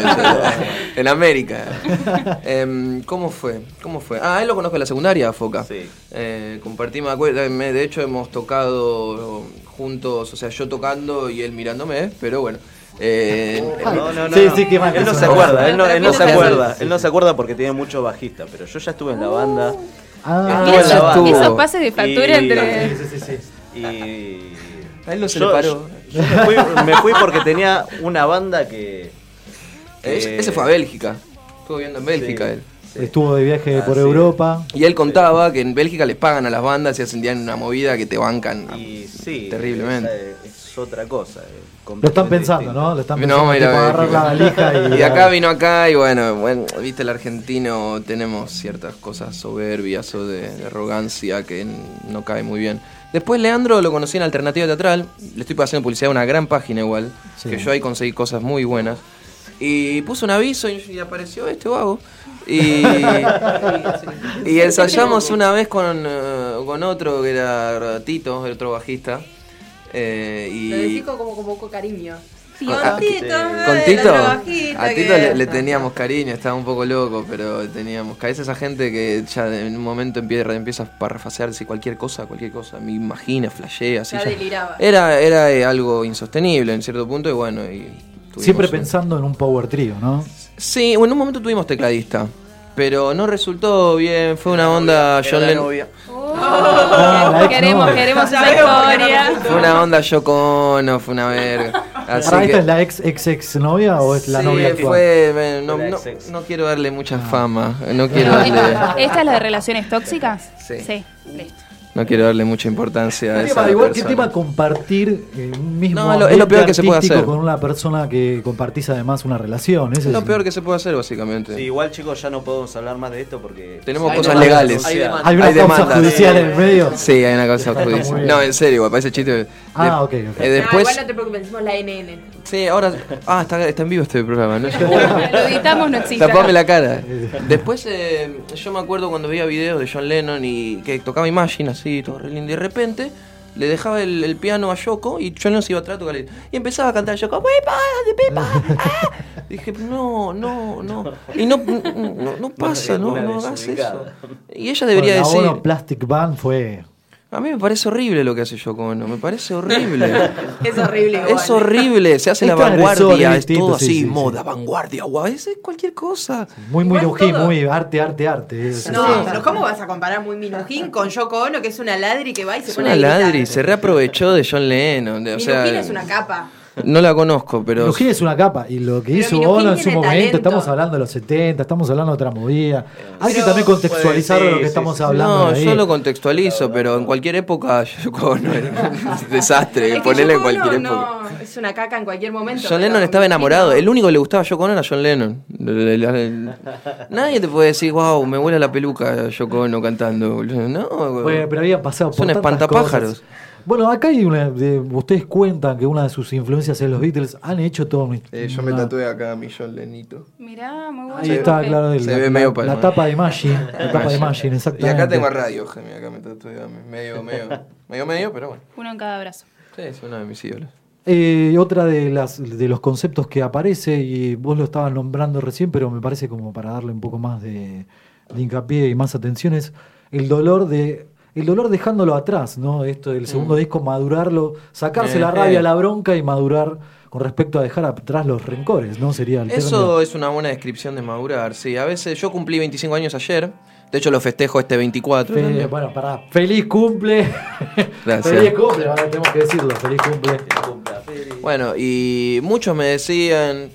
S7: en América. Em, ¿Cómo fue? ¿Cómo fue? Ah, él lo conozco en la secundaria, Foca.
S8: Sí.
S7: Eh, compartimos, acuer- me- de hecho hemos tocado juntos, o sea, yo tocando y él mirándome, pero bueno. Eh,
S8: No, no, no.
S3: Sí,
S8: no.
S3: sí, qué mal
S8: Él no
S3: que
S8: se
S3: son.
S8: acuerda, él no, él no se
S4: Sí, sí,
S8: acuerda,
S7: sí.
S8: él no se acuerda porque tiene mucho bajista, pero yo ya estuve en la banda.
S3: Ah,
S5: Mirá
S8: Estuvo en la
S5: esos,
S8: banda.
S5: esos pases de factura
S8: Y-
S5: entre...
S3: sí, sí, sí, sí.
S8: Y
S7: a él no se
S8: yo,
S7: le paró.
S8: yo me, fui, me fui porque tenía una banda que, que-
S7: Ese ese fue a Bélgica. Estuvo viviendo en Bélgica
S8: Sí.
S7: él.
S3: Estuvo de viaje
S8: Ah,
S3: por
S8: sí.
S3: Europa.
S7: Y él contaba que en Bélgica les pagan a las bandas y hacen una movida que te bancan
S8: Y sí,
S7: terriblemente.
S8: esa Es, es otra cosa. eh,
S3: Lo están
S8: completamente
S3: pensando,
S8: distinta.
S3: ¿no? Lo están
S7: No,
S3: pensando
S7: mira,
S3: tipo, agarrar la valija y...
S7: Y de acá vino acá y bueno, bueno, viste, el argentino tenemos ciertas cosas soberbias o de, de arrogancia que n- no cae muy bien. Después Leandro lo conocí en Alternativa Teatral, le estoy haciendo publicidad a una gran página igual,
S3: Sí.
S7: que yo ahí conseguí cosas muy buenas. Y puso un aviso y, y apareció este vago. Y, y ensayamos una vez con, eh, con otro que era Tito, el otro bajista. Eh, y
S4: Lo decís con- como, como con cariño.
S5: Tito.
S7: Ah,
S4: Tito,
S7: Con
S4: ay,
S7: Tito,
S4: la bajita
S7: a Tito
S4: que-
S7: le, le teníamos cariño, estaba un poco loco, pero teníamos. A veces esa gente que ya en un momento empieza, empieza a parrafasearse cualquier cosa, cualquier cosa, me imagina, flashea, así.
S4: Ya
S7: ya.
S4: deliraba.
S7: Era, era eh, algo insostenible en cierto punto y bueno. Y tuvimos
S3: Siempre
S7: un-
S3: pensando en un power trio, ¿no?
S7: Sí, en un momento tuvimos tecladista, pero no resultó bien, fue una onda
S8: Era
S7: John
S8: la
S7: Lennon.
S8: novia.
S3: Ah, la ex
S5: queremos,
S3: novia.
S5: queremos esa
S4: Sabemos que no
S5: historia.
S7: Fue una onda Yoko Ono, fue una verga. Así
S3: Ahora, ¿esta
S7: que-
S3: es la ex ex ex novia o es la
S7: sí,
S3: novia actual?
S7: fue, eh, no,
S8: La
S7: no,
S8: ex ex.
S7: no quiero darle mucha fama, no quiero
S5: No,
S7: darle,
S5: ¿esta es la de relaciones tóxicas?
S7: Sí.
S5: Sí, listo.
S7: no quiero darle mucha importancia a
S3: ¿Qué
S7: esa
S3: tema, igual, ¿qué
S7: persona.
S3: tema compartir eh, un mismo
S7: No, lo- es lo
S3: ambiente
S7: peor que se puede
S3: artístico
S7: hacer.
S3: con una persona que compartís además una relación? Ese
S7: Es lo
S3: es-
S7: peor que se puede hacer básicamente.
S8: Sí, igual chicos ya no podemos hablar más de esto porque
S7: Tenemos
S9: Hay
S7: cosas
S9: demandas,
S7: legales.
S9: hay demandas.
S3: Hay una
S7: Hay
S3: causa
S7: demandas.
S3: judicial en el medio.
S7: Sí, hay una cosa
S3: Muy
S7: judicial.
S3: bien.
S7: No, en serio, igual, parece chiste.
S3: Ah,
S7: De-
S3: ok, ok.
S7: eh,
S4: Ah,
S7: después,
S4: igual no te preocupes, decimos la N N.
S7: sí, ahora, ah, está, está en vivo este programa, ¿no?
S5: Lo editamos, no existe.
S7: Tapame la cara. Después, eh, yo me acuerdo cuando veía videos de John Lennon y que tocaba Imagine así, todo re lindo, y de repente le dejaba el, el piano a Yoko y John Lennon se iba atrás a tocarle. Y empezaba a cantar Yoko, "Pepa, de Pepa". Ah. Dije, no, no, no. Y no, no, no pasa, no,
S8: Una
S7: no hagas eso.
S8: desubicada.
S7: Y ella debería
S3: Bueno, la
S7: decir,
S3: Ono Plastic Band fue...
S7: a mí me parece horrible lo que hace Yoko Ono, me parece horrible.
S4: Es horrible igual.
S7: Es horrible, se hace
S3: Es
S7: la
S3: transgresor,
S7: vanguardia,
S3: es
S7: es
S3: distinto,
S7: todo
S3: sí,
S7: así,
S3: sí, sí.
S7: moda, vanguardia, guau, es cualquier cosa.
S3: Muy, muy
S4: Igual
S3: Lujín,
S4: todo.
S3: muy arte, arte, arte. Es-
S4: No,
S3: sí.
S4: pero ¿cómo vas a comparar muy Minujín con Yoko Ono, que es una ladri que va y se
S7: Es
S4: pone
S7: una
S4: a gritar?
S7: ladri, se reaprovechó de John Lennon. de- o sea,
S4: Minujín es una capa.
S7: no la conozco, pero
S3: Lujín es una capa y lo que
S4: Pero
S3: hizo
S4: Minujín
S3: Ono en su
S4: tiene
S3: momento,
S4: talento.
S3: estamos hablando de los setenta, estamos hablando de otra movida. Hay que
S4: Pero-
S3: también contextualizar
S8: Puede,
S3: lo
S8: sí,
S3: que
S8: sí,
S3: estamos
S8: sí.
S3: hablando.
S7: no,
S3: de ahí.
S7: yo lo contextualizo, pero en cualquier época Yoko Ono era un desastre,
S4: Es que
S7: ponele en
S4: Yoko
S7: cualquier
S4: Ono
S7: época.
S4: no, es una caca en cualquier momento.
S7: John
S4: pero
S7: Lennon estaba
S4: Minujín
S7: enamorado.
S4: no.
S7: El único que le gustaba a Yoko Ono era John Lennon. Nadie te puede decir, wow, me huele la peluca Yoko Ono cantando. boludo. No,
S3: Bueno, pero habían pasado por
S7: Son
S3: tantas
S7: espantapájaros.
S3: cosas. Bueno, acá hay una. de- ustedes cuentan que una de sus influencias es los Beatles. Han hecho todo. un-
S7: Eh, yo me
S3: una-
S7: tatué acá a mi John Lenito.
S5: Mirá, muy bueno.
S3: Ahí está, claro. el-
S7: Se
S3: la,
S7: ve
S3: la-
S7: medio
S3: la
S7: palma.
S3: tapa de Imagine. La tapa de Imagine,
S7: Y
S3: exactamente.
S7: acá tengo a Radio, Gemi, acá me tatué a mí, medio, medio, medio, medio, pero bueno.
S5: Uno en cada brazo.
S7: Sí, es uno de mis ídolos.
S3: Eh, otra de las de los conceptos que aparece, y vos lo estabas nombrando recién, pero me parece como para darle un poco más de, de hincapié y más atención, es el dolor de el dolor dejándolo atrás, ¿no? Esto del segundo disco, madurarlo, sacarse la
S7: Eh,
S3: rabia,
S7: eh.
S3: la bronca y madurar con respecto a dejar atrás los rencores, ¿no? Sería el
S7: Eso
S3: término.
S7: es una buena descripción de madurar, sí. A veces yo cumplí veinticinco años ayer, de hecho lo festejo este veinticuatro.
S3: Fe-
S7: también.
S3: bueno, pará, feliz cumple.
S7: Gracias.
S3: Feliz cumple, ahora tenemos que decirlo, feliz cumple.
S7: Bueno, y muchos me decían,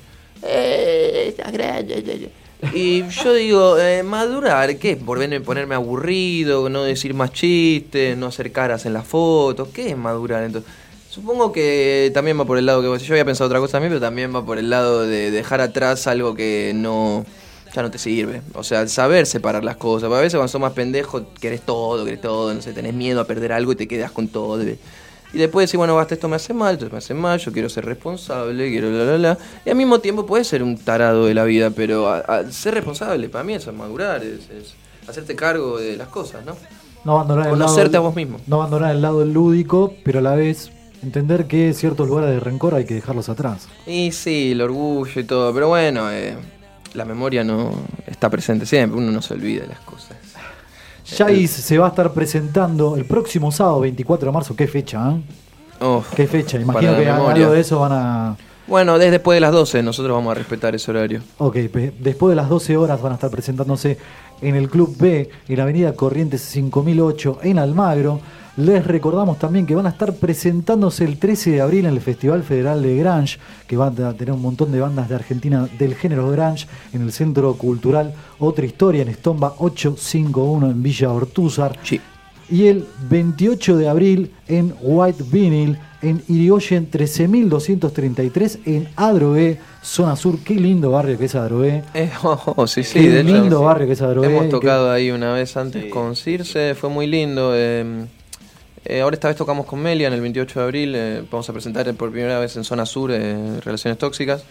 S7: eh, estás grande. Y yo digo, eh, madurar, ¿qué? ¿Por ven- ponerme aburrido, no decir más chistes, no hacer caras en las fotos? ¿Qué es madurar entonces? Supongo que también va por el lado que vos, yo había pensado otra cosa también, pero también va por el lado de dejar atrás algo que no, ya no te sirve. O sea, saber separar las cosas. Porque a veces cuando sos más pendejo, querés todo, querés todo, no sé, tenés miedo a perder algo y te quedas con todo. Y después decir, bueno, basta, esto me hace mal, esto me hace mal, yo quiero ser responsable, quiero la, la, la. Y al mismo tiempo puedes ser un tarado de la vida, pero a, a ser responsable, para mí eso es madurar, es, es hacerte cargo de las cosas, ¿no?
S3: No abandonar el lado
S7: Conocerte
S3: del-
S7: a vos mismo.
S3: No abandonar el lado lúdico, pero a la vez entender que ciertos lugares de rencor hay que dejarlos atrás.
S7: Y sí, el orgullo y todo, pero bueno, eh, la memoria no está presente siempre, uno no se olvida de las cosas.
S3: Jais se va a estar presentando el próximo sábado, veinticuatro de marzo. ¿Qué fecha? ¿Eh?
S7: Oh,
S3: ¿Qué fecha? Imagino
S7: para
S3: que
S7: la
S3: algo
S7: memoria.
S3: de eso van a...
S7: Bueno, desde después de las doce, nosotros vamos a respetar ese horario.
S3: Ok, pe- después de las doce horas van a estar presentándose en el Club B, en la avenida Corrientes cinco mil ocho, en Almagro. Les recordamos también que van a estar presentándose el trece de abril en el Festival Federal de Grunge, que va a tener un montón de bandas de Argentina del género Grunge, en el Centro Cultural Otra Historia, en Estomba ochocientos cincuenta y uno, en Villa Ortúzar.
S7: Sí.
S3: Y el veintiocho de abril en White Vinyl, en Irigoyen trece mil doscientos treinta y tres, en Adrogué, zona sur. Qué lindo barrio que es Adrogué.
S7: Eh, oh, oh, sí, sí,
S3: Qué
S7: de hecho,
S3: lindo
S7: sí.
S3: barrio que es Adrogué.
S7: Hemos
S3: que-
S7: tocado ahí una vez antes
S8: Sí.
S7: con Circe, fue muy lindo. eh, eh, ahora esta vez tocamos con Melian el veintiocho de abril. eh, vamos a presentar por primera vez en Zona Sur eh, Relaciones Tóxicas.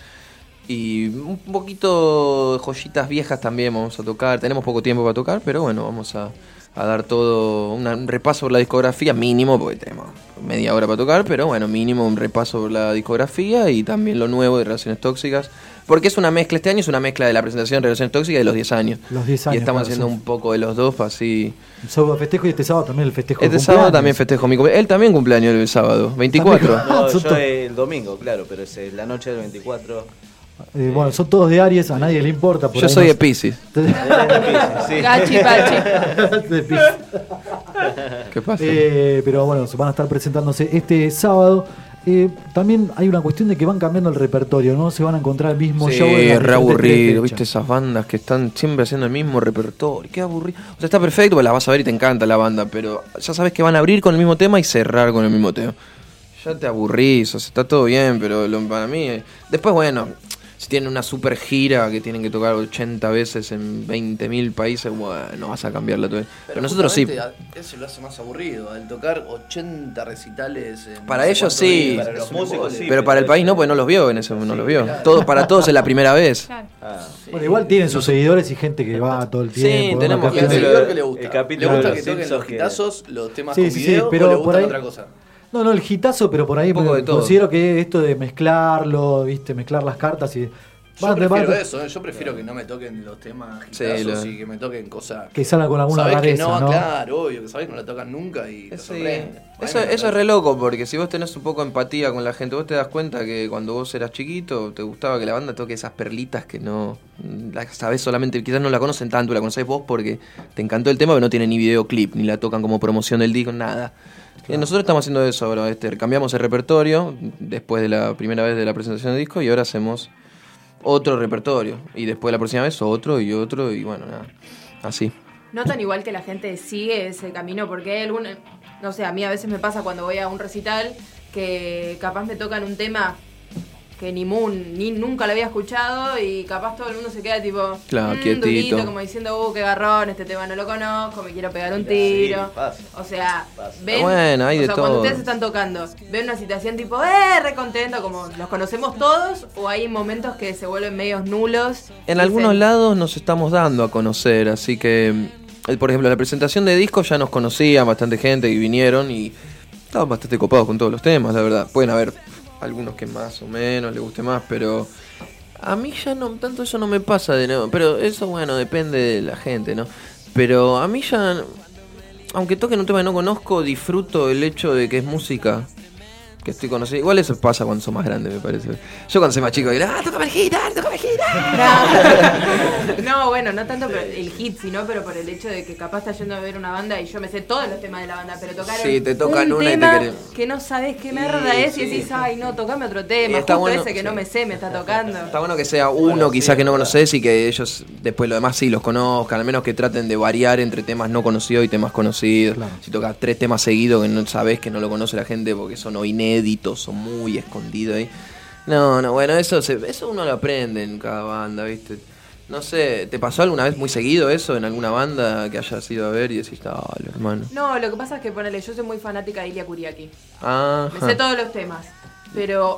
S7: Y un poquito de joyitas viejas también vamos a tocar. Tenemos poco tiempo para tocar, pero bueno, vamos a, a dar todo una- un repaso por la discografía, mínimo, porque tenemos media hora para tocar, pero bueno, mínimo un repaso por la discografía y también lo nuevo de Relaciones Tóxicas. Porque es una mezcla, este año es una mezcla de la presentación de Relaciones Tóxicas y de los diez años.
S3: Los diez años,
S7: Y estamos
S3: claro,
S7: haciendo
S3: sí.
S7: un poco de los dos, así.
S3: El sábado festejo y este sábado también el festejo de
S7: Este
S3: cumpleaños.
S7: sábado también festejo mi cumpleaños. Él también cumpleaños el sábado, veinticuatro.
S3: También.
S8: No,
S3: Son
S8: yo
S3: to-
S8: el domingo, claro, pero es eh, la noche del veinticuatro.
S3: Eh, bueno, son todos de Aries, a nadie le importa. Por
S7: Yo
S3: ahí
S7: soy de
S3: nos-
S7: Piscis.
S8: Sí.
S5: Gachi, pachi.
S3: de Piscis.
S7: ¿Qué pasa?
S3: Eh, pero bueno, se van a estar presentándose este sábado. Eh, también hay una cuestión de que van cambiando el repertorio, ¿no? Se van a encontrar el mismo
S7: Sí,
S3: show en las
S7: es re
S3: diferentes
S7: aburrido,
S3: fechas.
S7: viste esas bandas que están siempre haciendo el mismo repertorio, qué aburrido. O sea, está perfecto, pues la vas a ver y te encanta la banda, pero ya sabes que van a abrir con el mismo tema y cerrar con el mismo tema. Ya te aburrís, o sea, está todo bien, pero lo- para mí... eh, Después, bueno, si tienen una super gira que tienen que tocar ochenta veces en veinte mil países, bueno, vas a cambiarla todo. Pero, nosotros sí.
S9: justamente a- Eso lo hace más aburrido, al tocar ochenta recitales. En
S7: Para
S9: no sé
S7: ellos
S9: cuántos
S7: sí.
S9: días,
S8: Para
S9: es
S8: los
S9: un
S8: músicos
S9: embole.
S8: sí.
S7: Pero para el país no, porque no los vio en ese momento, no los vio.
S9: claro.
S7: Todo, para todos es la primera vez.
S5: Claro.
S8: Ah,
S3: Bueno, igual tienen sus seguidores y gente que va todo el
S7: Sí,
S3: tiempo.
S7: tenemos
S3: ¿no?
S9: Y al
S7: gente-
S9: seguidor que le gusta.
S8: El
S9: Le
S8: capítulo
S9: gusta
S8: de
S9: que
S8: los
S9: toquen los
S8: Simpsons que-
S9: hitazos, los temas
S3: Sí,
S9: con
S3: sí, sí,
S9: video,
S3: pero
S9: o le
S3: por
S9: gusta
S3: ahí-
S9: otra cosa.
S3: No, no, el hitazo, pero por ahí
S7: Un poco de todo.
S3: considero que esto de mezclarlo, viste, mezclar las cartas y...
S9: Yo
S3: van a-
S9: prefiero
S3: van a-
S9: eso, ¿eh? Yo prefiero que no me toquen los temas
S7: Sí,
S9: hitazos
S7: lo-
S9: y que me toquen cosas.
S3: Que salga con alguna
S9: Sabés que
S3: rareza,
S9: no,
S3: ¿no?
S9: claro, obvio, que sabés que no la tocan nunca y te
S7: Sí.
S9: sorprende. A mí
S7: Eso,
S9: me
S7: eso es
S9: parece.
S7: re loco, porque si vos tenés un poco de empatía con la gente, vos te das cuenta que cuando vos eras chiquito, te gustaba que la banda toque esas perlitas que no la sabés solamente, quizás no la conocen tanto, la conocés vos porque te encantó el tema, pero no tiene ni videoclip, ni la tocan como promoción del disco, nada. Y nosotros estamos haciendo eso ahora, este, cambiamos el repertorio después de la primera vez de la presentación del disco y ahora hacemos otro repertorio. Y después la próxima vez otro y otro y bueno, nada, así.
S4: Notan igual que la gente sigue ese camino, porque hay algún, no sé, a mí a veces me pasa cuando voy a un recital que capaz me tocan un tema que ni Moon, ni nunca lo había escuchado y capaz todo el mundo se queda tipo,
S7: Claro,
S4: "Mm,
S7: quietito".
S4: durito, como diciendo, uh, qué garrón, este tema no lo conozco, me quiero pegar un
S8: Sí,
S4: tiro.
S8: pasa.
S4: O sea,
S8: Pasa.
S4: ven,
S7: Bueno, hay
S4: o
S7: de
S4: sea, cuando
S7: todo.
S4: ustedes están tocando, ven una situación tipo, eh, re contento, como los conocemos todos, o hay momentos que se vuelven medios nulos.
S7: En
S4: y
S7: algunos
S4: se-
S7: lados nos estamos dando a conocer, así que, eh, por ejemplo, la presentación de discos ya nos conocían bastante gente y vinieron y estaban bastante copados con todos los temas, la verdad. Pueden haber algunos que más o menos les guste más, pero a mí ya no, tanto eso no me pasa de nuevo. Pero eso, bueno, depende de la gente, ¿no? Pero a mí ya, aunque toquen un tema que no conozco, disfruto el hecho de que es música. Que estoy conocido. Igual eso pasa cuando sos más grande, me parece. Yo cuando soy más chico digo, ah, tócame el guitar, tócame el guitar.
S4: No, no, bueno, no tanto por el hit, sino pero por el hecho de que capaz estás yendo a ver una banda y yo me sé todos los temas de la banda, pero tocar
S7: Sí, te tocan
S4: un
S7: una y te
S4: tema
S7: querés-
S4: que no sabes qué mierda
S7: Sí,
S4: es
S7: sí.
S4: y decís, ay, no, tocame otro
S7: Y
S4: tema,
S7: está
S4: justo
S7: bueno,
S4: ese que
S7: sí.
S4: no me sé me está tocando.
S7: Está bueno que sea uno quizás que no conoces y que ellos después lo demás sí los conozcan, al menos que traten de variar entre temas no conocidos y temas conocidos.
S3: Claro.
S7: Si tocas tres temas seguidos que no sabes que no lo conoce la gente porque son o inéditos, son muy escondidos ahí. No, no, bueno, eso se, eso uno lo aprende en cada banda, ¿viste? No sé, ¿te pasó alguna vez muy seguido eso en alguna banda que hayas ido a ver y decís, dale, hermano?
S4: No, lo que pasa es que, ponele, yo soy muy fanática de Ilia Kuriaki.
S7: Ajá.
S4: Me sé todos los temas, pero...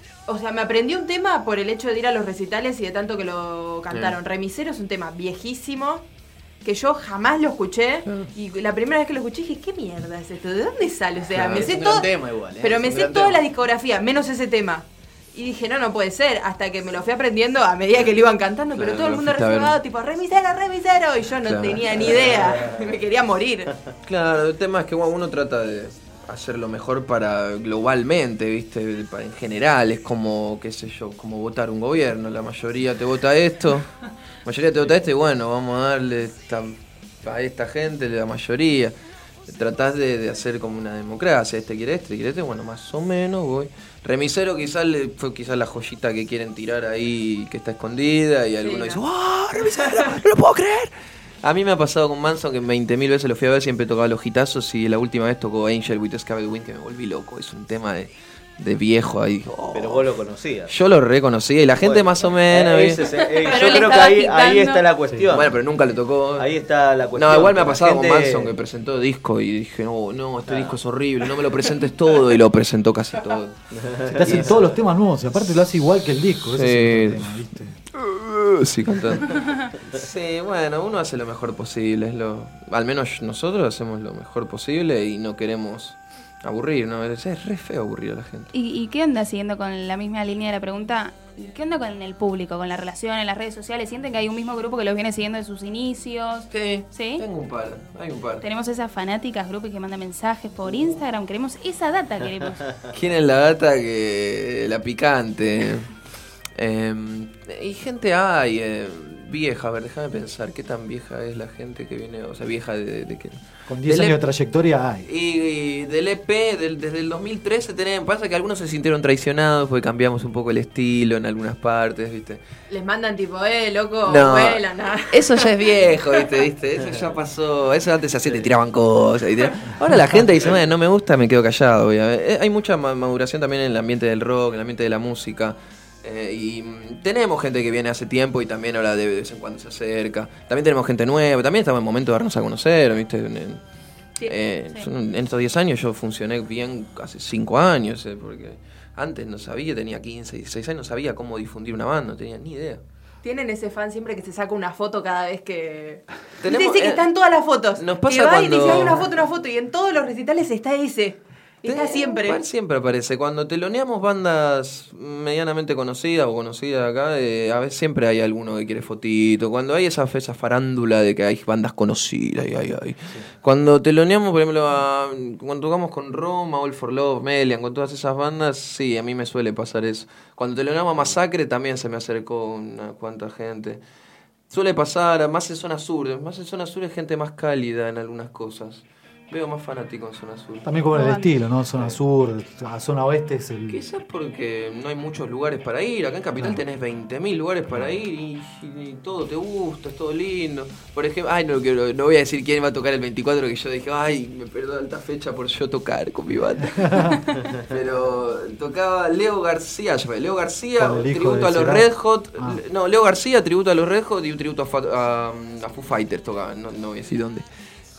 S4: O sea, me aprendí un tema por el hecho de ir a los recitales y de tanto que lo cantaron. Sí. Remisero es un tema viejísimo, que yo jamás lo escuché. Y la primera vez que lo escuché dije, ¿qué mierda es esto? ¿De dónde sale? O sea,
S9: claro,
S4: me sé
S9: es un
S4: todo...
S9: gran tema igual, ¿eh?
S4: Pero
S9: es
S4: me sé toda
S9: tema.
S4: la discografía, menos ese tema. Y dije, no, no puede ser. Hasta que me lo fui aprendiendo a medida que lo iban cantando.
S7: Claro,
S4: pero todo el mundo reservado, tipo, remisero, remisero. Y yo no claro. tenía ni idea. Me quería morir.
S7: Claro, el tema es que bueno, uno trata de hacer lo mejor para globalmente, ¿viste? En general, es como, qué sé yo, como votar un gobierno. La mayoría te vota esto, la mayoría te vota esto y bueno, vamos a darle esta, a esta gente, la mayoría. Tratás de, de hacer como una democracia, este quiere este, quiere este, bueno, más o menos voy. Remisero quizás le, fue quizás la joyita que quieren tirar ahí, que está escondida, y alguno sí, dice, ¡oh, Remisero! ¡No lo puedo creer! A mí me ha pasado con Manson que veinte mil veces lo fui a ver, siempre tocaba los hitazos y la última vez tocó Angel with a Scabble Wing, que me volví loco. Es un tema de, de viejo ahí. Oh.
S8: Pero vos lo conocías.
S7: Yo lo reconocía y la gente bueno, más o menos.
S8: Eh, ese, ese, eh, yo creo que ahí, ahí está la cuestión.
S7: Bueno, pero nunca le tocó.
S8: Ahí está la cuestión.
S7: No, igual me ha pasado
S8: gente...
S7: con Manson que presentó disco y dije, no, no, este claro. disco es horrible, no me lo presentes todo y lo presentó casi todo.
S3: Se te hacen todos los temas nuevos y aparte lo hace igual que el disco. Ese sí. es el tema, ¿viste?
S7: Sí, cantando. Sí, bueno, uno hace lo mejor posible. Es lo, al menos nosotros hacemos lo mejor posible y no queremos aburrir, ¿no? Es, es re feo aburrir a la gente.
S5: ¿Y, ¿Y qué onda, siguiendo con la misma línea de la pregunta? ¿Qué onda con el público, con la relación en las redes sociales? ¿Sienten que hay un mismo grupo que los viene siguiendo de sus inicios?
S7: Sí,
S5: ¿Sí?
S7: Tengo un par, hay un par.
S5: Tenemos esas fanáticas, grupos que mandan mensajes por Instagram. Queremos esa data, queremos.
S7: ¿Quién es la data que la picante? Eh, y gente hay eh, vieja, a ver, déjame pensar, ¿qué tan vieja es la gente que viene? O sea, vieja de, de, de que...
S3: Con diez años de trayectoria hay.
S7: Y, y del E P, del, desde el dos mil trece tenemos, pasa que algunos se sintieron traicionados porque cambiamos un poco el estilo en algunas partes, ¿viste?
S4: Les mandan tipo, eh, loco,
S7: no,
S4: vuela, nada.
S7: Eso ya es viejo, ¿viste? ¿Viste? Eso ya pasó, eso antes se hacía, te tiraban cosas. Y tiraban... Ahora la gente dice, bueno, no me gusta, me quedo callado. Voy a ver. Hay mucha maduración también en el ambiente del rock, en el ambiente de la música. Eh, y tenemos gente que viene hace tiempo y también ahora de vez en cuando se acerca. También tenemos gente nueva, también estamos en el momento de darnos a conocer, ¿viste? En, en, sí, eh, sí. en estos diez años yo funcioné bien hace cinco años, eh, porque antes no sabía, tenía quince, dieciséis años, no sabía cómo difundir una banda, no tenía ni idea.
S4: Tienen ese fan siempre que se saca una foto cada vez que...
S7: Tenemos,
S4: dice que
S7: eh,
S4: están todas las fotos.
S7: Nos pasa
S4: que va
S7: cuando...
S4: y dice, hay una foto, una foto, y en todos los recitales está ese. Está siempre.
S7: Siempre aparece. Cuando teloneamos bandas medianamente conocidas o conocidas acá, eh, a veces siempre hay alguno que quiere fotito. Cuando hay esa, esa farándula de que hay bandas conocidas. Y hay, hay. Sí. Cuando teloneamos, por ejemplo, a, cuando tocamos con Roma, All for Love, Melian, con todas esas bandas, sí, a mí me suele pasar eso. Cuando teloneamos a Masacre también se me acercó una cuanta gente. Suele pasar, más en zona sur. Más en zona sur es gente más cálida en algunas cosas. Veo más fanático en zona sur.
S3: También como el estilo, ¿no? Zona sur, a zona oeste es el...
S7: Quizás porque no hay muchos lugares para ir. Acá en Capital no. tenés veinte mil lugares para ir y, y, y todo te gusta, es todo lindo. Por ejemplo, ay, no, quiero, no voy a decir quién va a tocar el veinticuatro, que yo dije, ay, me perdo alta fecha por yo tocar con mi banda. Pero tocaba Leo García, Leo García, tributo a los Será. Red Hot. Ah. No, Leo García, tributo a los Red Hot y un tributo a, Fa, a, a Foo Fighters tocaba, no, no voy a decir dónde.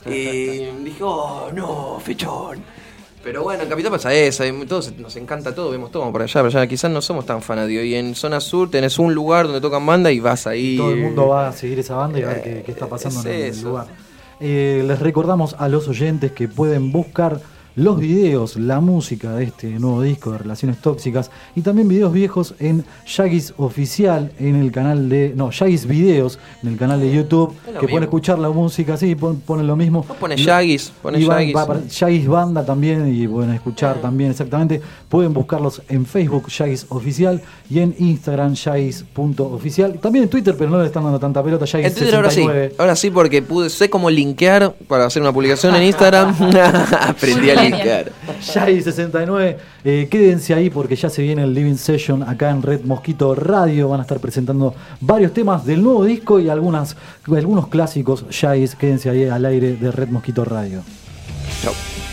S7: Y dije, oh, no, fechón. Pero bueno, en Capital pasa eso, todos, nos encanta todo, vemos todo por allá, pero allá quizás no somos tan fanáticos. Y en zona sur tenés un lugar donde tocan banda y vas ahí.
S3: Y todo el mundo va a seguir esa banda y a ver qué, qué está pasando en el lugar. Eh, les recordamos a los oyentes que pueden buscar los videos, la música de este nuevo disco de Relaciones Tóxicas y también videos viejos en Shaggy's Oficial, en el canal de... No, Shaggy's Videos, en el canal de YouTube, que mismo. Pueden escuchar la música, sí, ponen, ponen lo mismo.
S7: Vos pones Shaggy's, pones Shaggy's.
S3: Shaggy's Banda también, y pueden escuchar también exactamente. Pueden buscarlos en Facebook, Shaggy's Oficial, y en Instagram, Shaggy's punto oficial. También en Twitter, pero no le están dando tanta pelota, Shaggy's sesenta y nueve.
S7: Ahora sí, ahora sí, porque pude, sé cómo linkear para hacer una publicación en Instagram. Aprendí a linkear.
S3: Shaggy sesenta y nueve, eh, quédense ahí porque ya se viene el Living Session acá en Red Mosquito Radio. Van a estar presentando varios temas del nuevo disco y algunas, algunos clásicos. Shaggy, quédense ahí al aire de Red Mosquito Radio.
S7: Chau.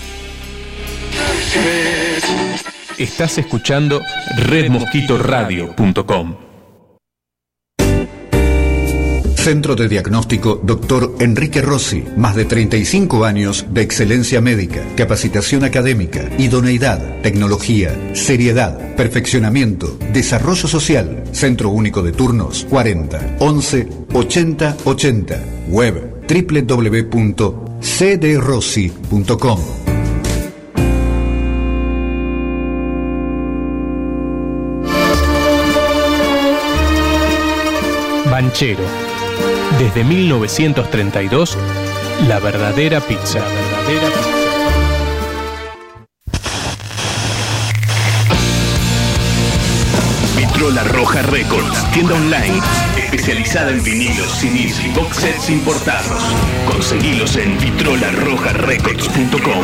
S1: Estás escuchando red mosquito radio punto com.
S10: Centro de Diagnóstico doctor Enrique Rossi. Más de treinta y cinco años de excelencia médica, capacitación académica, idoneidad, tecnología, seriedad, perfeccionamiento, desarrollo social. Centro Único de Turnos cuarenta once ochenta ochenta. Web doble u doble u doble u punto c d rossi punto com.
S1: Banchero. Desde mil novecientos treinta y dos, la verdadera pizza. La verdadera pizza. Vitrola Roja Records, tienda online especializada en vinilos, C Ds y box sets importados. Conseguilos en vitrola roja records punto com.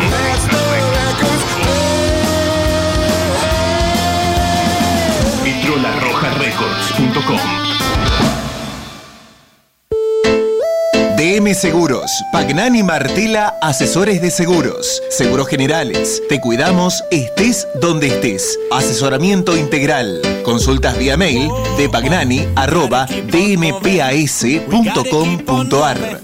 S1: vitrola roja records punto com.
S11: D M Seguros, Pagnani Martela, asesores de seguros, seguros generales. Te cuidamos, estés donde estés. Asesoramiento integral. Consultas vía mail de pagnani arroba d m p a s punto com punto a r.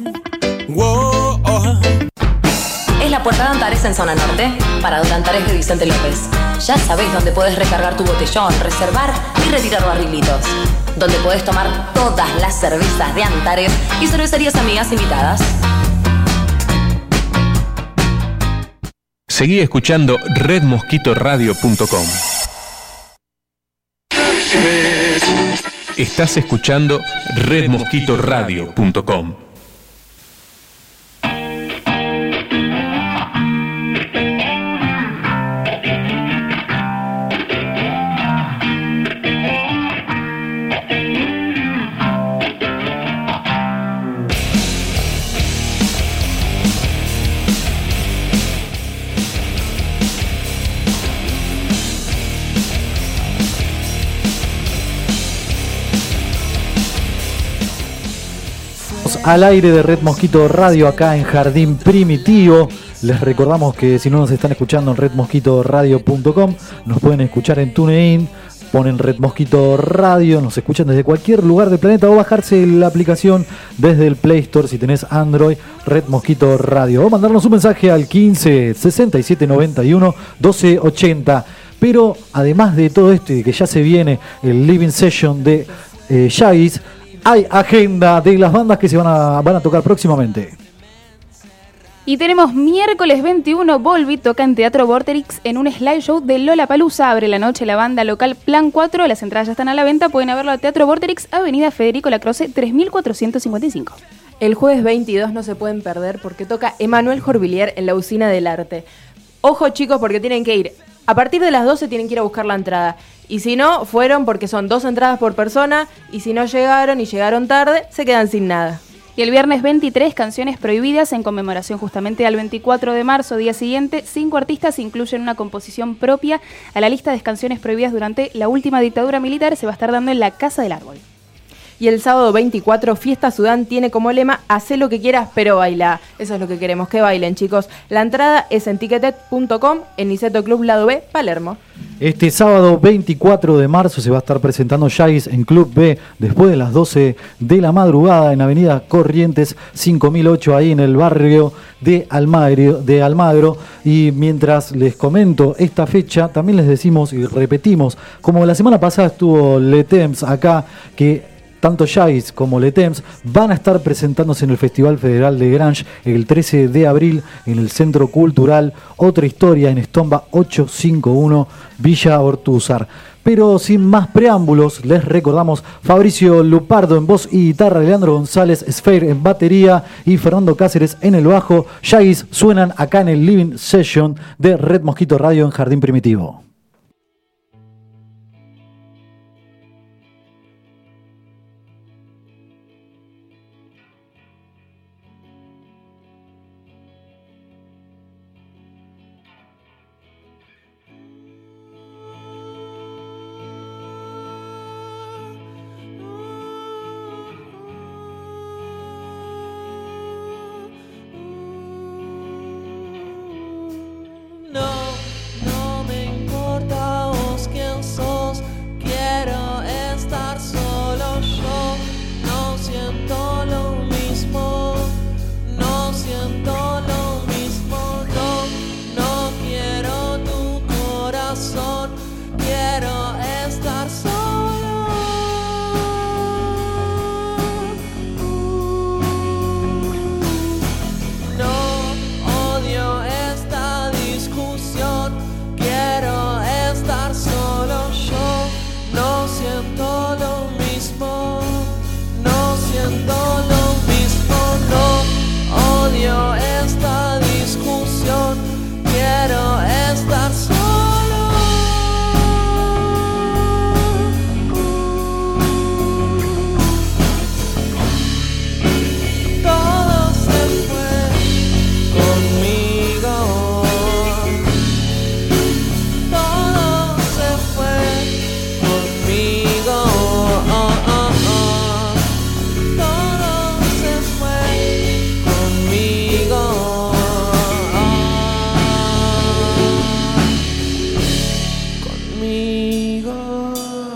S12: Es la Puerta de Antares en Zona Norte, Parador Antares de Vicente López. Ya sabés dónde podés recargar tu botellón, reservar y retirar barrilitos. Donde podés tomar todas las cervezas de Antares y cervecerías amigas invitadas.
S1: Seguí escuchando red mosquito radio punto com. Estás escuchando red mosquito radio punto com.
S3: Al aire de Red Mosquito Radio acá en Jardín Primitivo. Les recordamos que si no nos están escuchando en red mosquito radio punto com, nos pueden escuchar en TuneIn, ponen Red Mosquito Radio, nos escuchan desde cualquier lugar del planeta o bajarse la aplicación desde el Play Store si tenés Android, Red Mosquito Radio, o mandarnos un mensaje al quince sesenta y siete noventa y uno doce ochenta. Pero además de todo esto y de que ya se viene el Living Session de eh, Shaggy's, hay agenda de las bandas que se van a, van a tocar próximamente.
S5: Y tenemos miércoles veintiuno, Volbeat toca en Teatro Vorterix en un slideshow de Lollapalooza. Abre la noche la banda local Plan cuatro, las entradas ya están a la venta, pueden verlo a Teatro Vorterix, Avenida Federico Lacroze, tres mil cuatrocientos cincuenta y cinco.
S4: El jueves veintidós no se pueden perder porque toca Emanuel Jorvillier en la Usina del Arte. Ojo chicos, porque tienen que ir. A partir de las doce tienen que ir a buscar la entrada. Y si no, fueron porque son dos entradas por persona. Y si no llegaron y llegaron tarde, se quedan sin nada.
S5: Y el viernes veintitrés, Canciones Prohibidas, en conmemoración justamente al veinticuatro de marzo, día siguiente. Cinco artistas incluyen una composición propia a la lista de canciones prohibidas durante la última dictadura militar. Se va a estar dando en la Casa del Árbol.
S4: Y el sábado veinticuatro, Fiesta Sudán tiene como lema hacé lo que quieras, pero baila. Eso es lo que queremos, que bailen, chicos. La entrada es en ticketet punto com, en Niceto Club Lado B, Palermo.
S3: Este sábado veinticuatro de marzo se va a estar presentando Shaggy's en Club B después de las doce de la madrugada en Avenida Corrientes cinco mil ocho, ahí en el barrio de Almagro, de Almagro. Y mientras les comento esta fecha, también les decimos y repetimos, como la semana pasada estuvo Letems acá, que tanto Shaggy's como Letems van a estar presentándose en el Festival Federal de Grange el trece de abril en el Centro Cultural Otra Historia en Estomba ochocientos cincuenta y uno, Villa Ortúzar. Pero sin más preámbulos, les recordamos Fabricio Lupardo en voz y guitarra, Leandro González Sphere en batería y Fernando Cáceres en el bajo. Shaggy's suenan acá en el Living Session de Red Mosquito Radio en Jardín Primitivo.
S6: No, no me importa. quiero estar solo. No odio esta discusión, quiero estar solo. Yo no siento lo mismo, no siento lo mismo, no odio esta discusión, quiero estar solo. Todo se fue conmigo, todo se fue conmigo, oh, oh, oh. Todo se fue conmigo, oh, conmigo.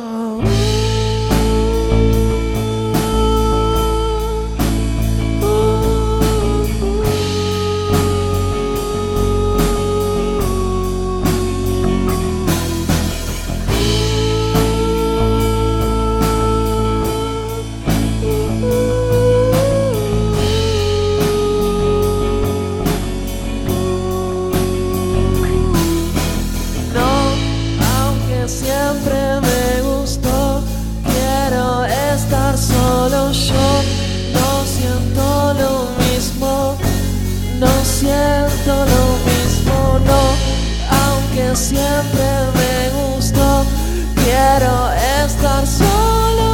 S6: No, aunque siempre me gustó, quiero estar solo. Yo no siento lo mismo, no siento lo mismo, no, aunque siempre me gustó, quiero estar solo.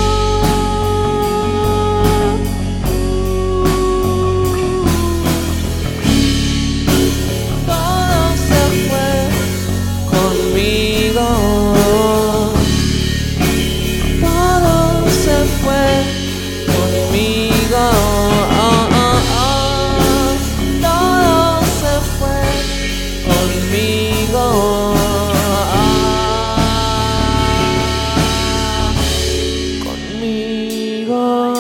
S6: Todo se fue conmigo, todo se fue conmigo, oh, oh, oh. Todo se fue conmigo, ah, conmigo.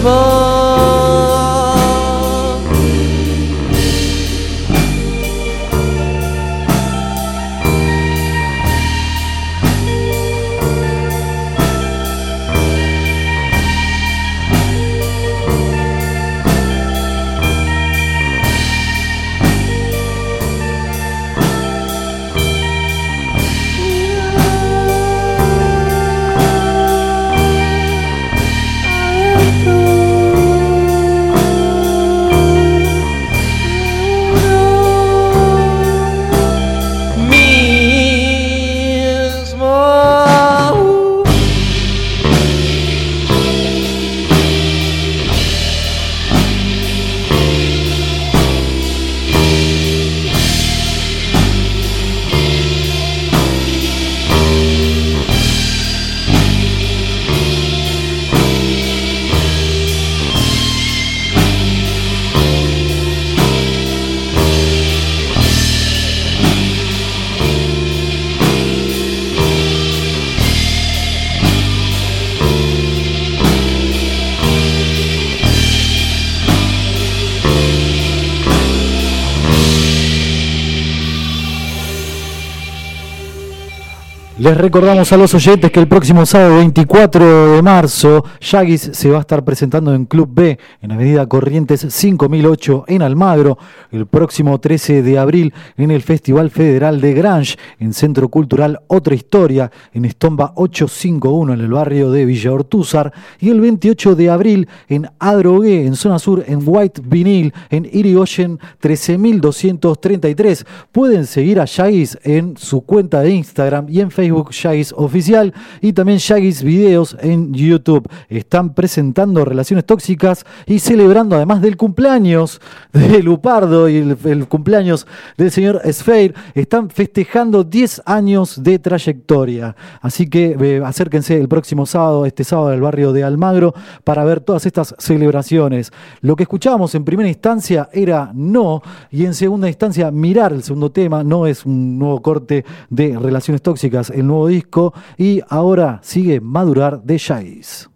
S3: Les recordamos a los oyentes que el próximo sábado veinticuatro de marzo Yaguis se va a estar presentando en Club B, en Avenida Corrientes cinco mil ocho en Almagro. El próximo trece de abril en el Festival Federal de Grange, en Centro Cultural Otra Historia, en Estomba ochocientos cincuenta y uno en el barrio de Villa Ortúzar. Y el veintiocho de abril en Adrogué, en Zona Sur, en White Vinyl, en Irigoyen trece mil doscientos treinta y tres. Pueden seguir a Yaguis en su cuenta de Instagram y en Facebook, Yaguis Oficial, y también Yaguis Videos en YouTube. Están presentando Relaciones Tóxicas y celebrando, además del cumpleaños de Lupardo y el, el cumpleaños del señor Sfeir, están festejando diez años de trayectoria. Así que eh, acérquense el próximo sábado, este sábado, al barrio de Almagro, para ver todas estas celebraciones. Lo que escuchábamos en primera instancia era No, y en segunda instancia Mirar, el segundo tema. No es un nuevo corte de Relaciones Tóxicas, el nuevo disco, y ahora sigue Madurar de Yaguis.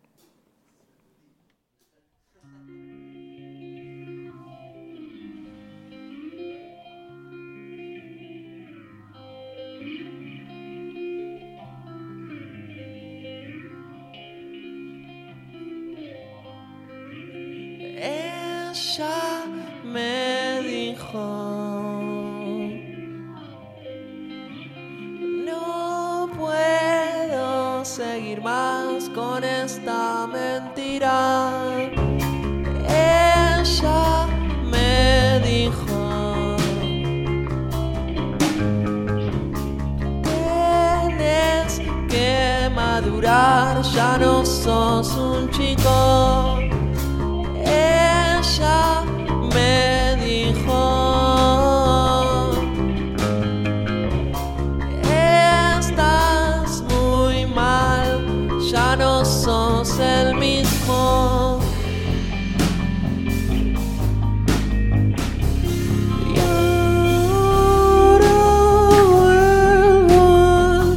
S13: Ella me dijo: no puedo seguir más con esta mentira. Ella me dijo: tienes que madurar, ya no sos un chico. Ella me dijo: estás muy mal, ya no sos el mismo. Y ahora vuelvo al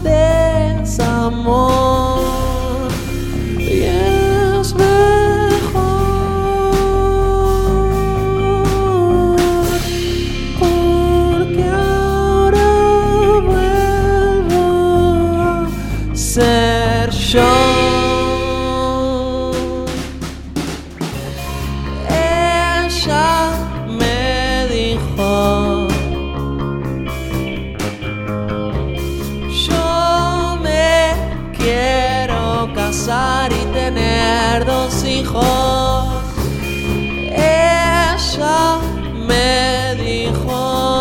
S13: desamor, y es ser yo. Ella me dijo: yo me quiero casar y tener dos hijos. Ella me dijo: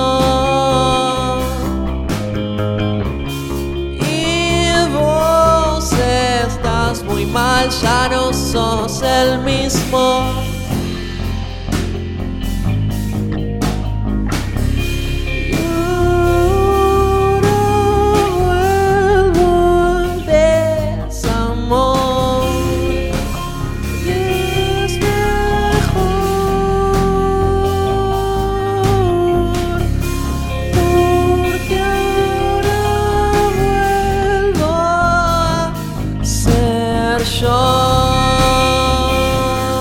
S13: muy mal, ya no sos el mismo. Y ahora vuelvo al desamor, y es mejor, porque ahora vuelvo a ser yo.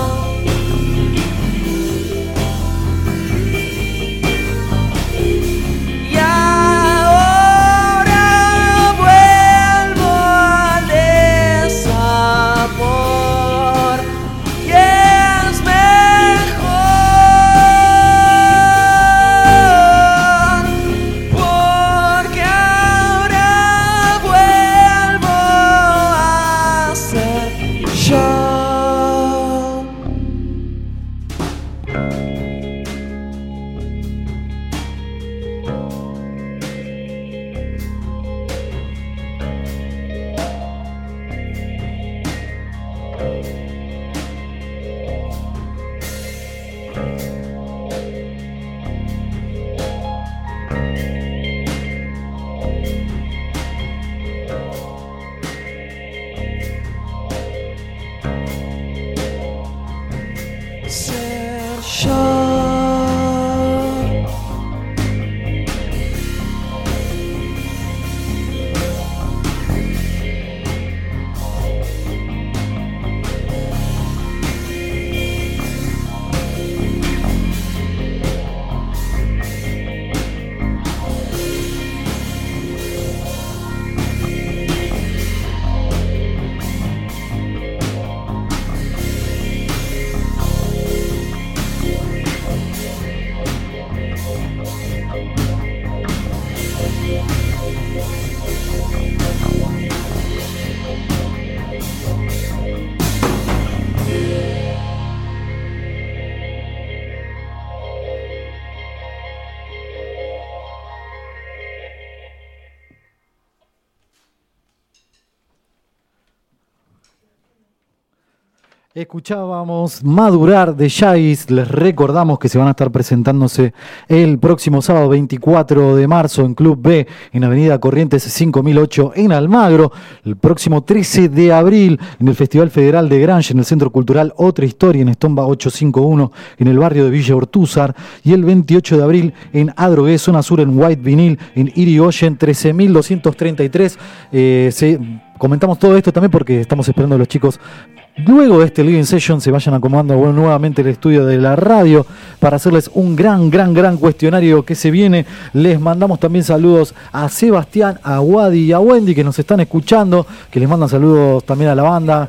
S3: Escuchábamos Madurar de Yais. Les recordamos que se van a estar presentándose el próximo sábado veinticuatro de marzo en Club B, en Avenida Corrientes cinco mil ocho en Almagro. El próximo trece de abril en el Festival Federal de Grange, en el Centro Cultural Otra Historia, en Estomba ochocientos cincuenta y uno, en el barrio de Villa Ortúzar. Y el veintiocho de abril en Adrogué, zona sur, en White Vinyl, en Irigoyen trece mil doscientos treinta y tres. Eh, se, comentamos todo esto también porque estamos esperando a los chicos, luego de este Living Session, se vayan acomodando bueno, nuevamente el estudio de la radio para hacerles un gran, gran, gran cuestionario que se viene. Les mandamos también saludos a Sebastián, a Wadi y a Wendy, que nos están escuchando, que les mandan saludos también a la banda.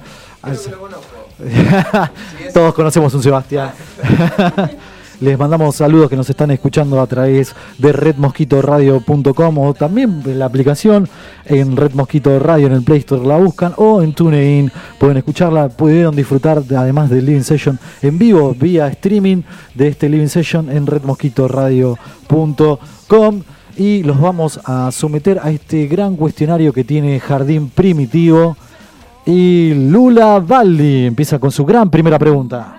S3: Todos conocemos un Sebastián. Les mandamos saludos que nos están escuchando a través de red mosquito radio punto com o también en la aplicación en Red Mosquito Radio, en el Play Store la buscan, o en TuneIn pueden escucharla, pudieron disfrutar de, además del Living Session en vivo vía streaming de este Living Session en red mosquito radio punto com. Y los vamos a someter a este gran cuestionario que tiene Jardín Primitivo. Y Lula Baldi empieza con su gran primera pregunta.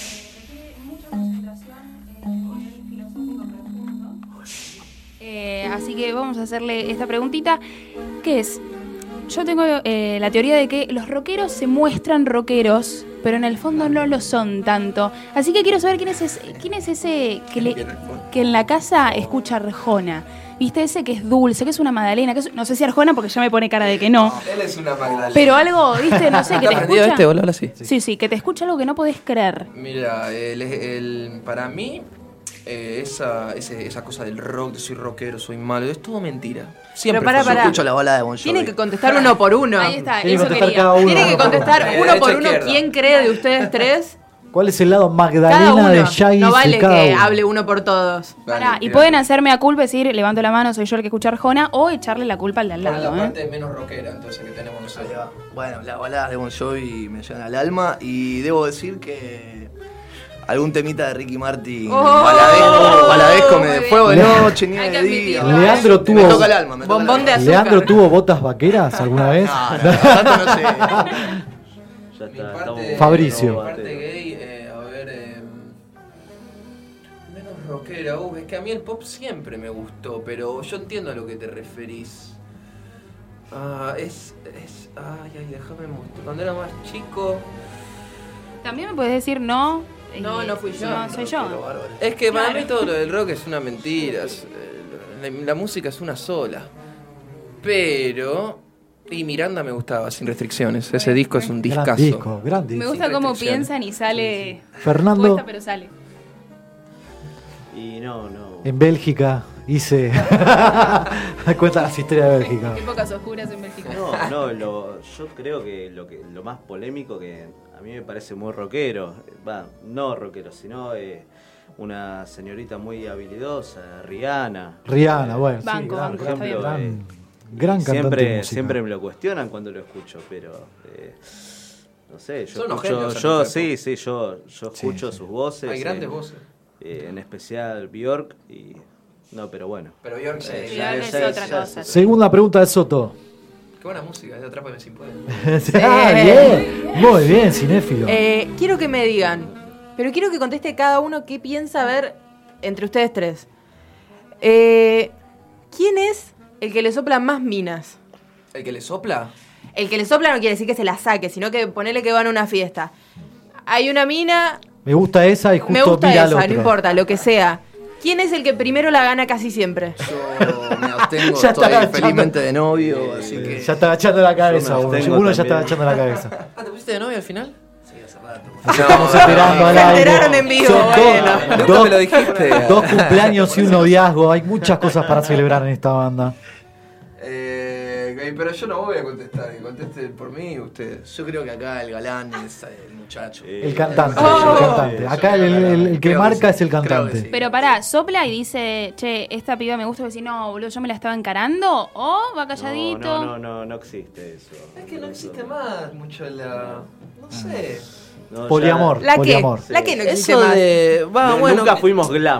S5: Así que vamos a hacerle esta preguntita, que es, yo tengo eh, la teoría de que los rockeros se muestran rockeros, pero en el fondo no lo son tanto. Así que quiero saber quién es ese, quién es ese que, le, que en la casa escucha Arjona. ¿Viste? Ese que es dulce, que es una magdalena, que es, no sé si Arjona porque ya me pone cara de que no.
S7: Él es una magdalena.
S5: Pero algo, ¿viste? No sé, que te escucha.
S7: Este? Hola, hola, sí.
S5: Sí, sí, que te escucha algo que no podés creer.
S7: Mira, el, el, para mí... Eh, esa, ese, esa cosa del rock, de soy rockero, soy malo, es todo mentira. Siempre
S4: Pero para,
S7: fue.
S4: para.
S9: Yo escucho la bala de Bon Jovi.
S4: Tiene que contestar uno por uno.
S5: Ahí está,
S3: Tiene
S5: eso
S3: que contestar
S5: quería.
S3: cada uno.
S4: Tiene que contestar
S7: Eh,
S4: uno por
S7: derecha,
S4: uno.
S7: izquierda.
S4: ¿Quién cree de ustedes tres?
S3: ¿Cuál es el lado
S4: Cada
S3: Magdalena
S4: uno.
S3: de Yais
S4: No vale
S3: de cada
S4: que
S3: uno?
S4: hable uno por todos.
S5: Pará,
S7: Vale,
S5: y
S7: mira.
S5: pueden hacerme a culpa, decir, levanto la mano, soy yo el que escucha Arjona, o echarle la culpa al de al
S7: Por
S5: lado,
S7: la
S5: ¿eh?
S7: parte menos rockera, entonces, que tenemos nosotros.
S9: Ahí va. Bueno, las baladas de Bon Jovi me llegan al alma y debo decir que algún temita de Ricky Martin,
S4: Oh,
S9: Baladesco, Baladesco me
S4: muy
S9: de
S4: bien.
S9: fuego de
S3: Le-
S9: noche, ni
S5: Hay que
S9: de día.
S5: admitirlo.
S3: Leandro tuvo-
S9: Me toca el alma, me toca el
S4: Bombón
S9: alma.
S4: de azúcar.
S3: ¿Leandro tuvo botas vaqueras alguna vez?
S9: No, no, tanto no sé.
S8: Ya
S7: Mi
S8: está,
S7: parte,
S8: estamos-
S3: Fabricio.
S7: mi parte gay, eh, a ver, eh, menos rockera. Uh, es que a mí el pop siempre me gustó, pero yo entiendo a lo que te referís. Ah, es, es, ay, ay, déjame mostrar. Cuando era más chico,
S5: También me puedes decir no.
S4: No,
S5: eh,
S4: no fui yo.
S5: No, soy yo.
S7: es que para
S5: Claro.
S7: mí todo lo del rock es una mentira. es, eh, la, la música es una sola. Pero, y Miranda me gustaba, sin restricciones. Ese disco es un
S3: Gran
S7: discazo.
S3: disco, gran disco.
S5: Me gusta
S7: Sin
S5: cómo
S7: restricciones.
S5: piensan y sale.
S3: Fernando,
S5: Cuesta, pero sale.
S8: Y no, no.
S3: en Bélgica hice... Cuenta las historias de Bélgica.
S5: Épocas oscuras en Bélgica.
S8: No, no, lo, yo creo que lo que lo más polémico que a mí me parece muy rockero, va, no rockero, sino eh, una señorita muy habilidosa, Rihanna.
S3: Rihanna, bueno, sí,
S5: Banco,
S3: gran,
S5: banco,
S3: gran,
S8: está bien.
S3: gran,
S8: Eh,
S3: gran cantante de
S8: siempre,
S3: música.
S8: siempre me lo cuestionan cuando lo escucho, pero eh, no sé, yo
S7: Son unos
S8: escucho,
S7: genios,
S8: yo
S7: artistas de
S8: sí, sí, yo, yo
S3: Sí,
S8: escucho
S3: sí.
S8: sus voces.
S7: Hay grandes
S8: eh,
S7: voces.
S8: eh, en especial Björk y no, pero bueno.
S7: Pero Björk sí.
S8: Eh,
S5: Björk es
S8: ya-
S5: otra
S8: ya-
S5: cosa.
S3: Segunda pregunta de Soto.
S7: Qué buena música, de Atrápame si pueden.
S3: Ah, bien. Muy bien, cinéfilo.
S4: Eh, quiero que me digan, pero quiero que conteste cada uno qué piensa ver entre ustedes tres. Eh, ¿Quién es el que le sopla más minas?
S7: ¿El que le sopla?
S4: El que le sopla no quiere decir que se la saque, sino que ponele que van a una fiesta. Hay una mina,
S3: Me gusta esa y justo
S4: me gusta
S3: mira al
S4: esa,
S3: otro.
S4: no importa, lo que sea. ¿Quién es el que primero la gana casi siempre?
S9: Yo me abstengo,
S3: Ya está
S9: estoy
S3: agachando.
S9: felizmente de novio, así que...
S3: Ya está agachando la cabeza
S8: Yo me
S3: uno.
S8: abstengo
S3: Uno ya está
S8: también.
S3: agachando la cabeza.
S7: Ah, ¿te pusiste de novia al final?
S9: Sí, hace rato.
S3: Nos estamos enterando al
S4: Se
S3: aire.
S4: enteraron en vivo,
S3: Son
S4: bueno.
S3: dos,
S7: Nunca
S3: dos-
S7: me lo dijiste.
S3: dos cumpleaños y un noviazgo. Hay muchas cosas para celebrar en esta banda.
S7: Eh, pero yo no voy a contestar, que conteste por mí ustedes.
S9: Yo creo que acá el galán es el muchacho.
S3: El cantante.
S4: Oh.
S3: el cantante. Acá el, el- el que
S9: Creo
S3: marca
S9: que
S3: es el
S9: sí, creo que
S3: cantante.
S9: sí.
S5: Pero pará, sopla y dice, che, esta piba me gusta, y decir, no, boludo, yo me la estaba encarando, o va calladito.
S8: No, no, no, no, no existe eso.
S7: Es que no existe más mucho la... No sé.
S8: No, ya-
S3: Poliamor.
S4: ¿La qué?
S3: Poliamor.
S4: ¿La qué no existe
S7: Eso
S4: más?
S7: de... Va,
S8: No,
S7: bueno...
S8: nunca fuimos glam.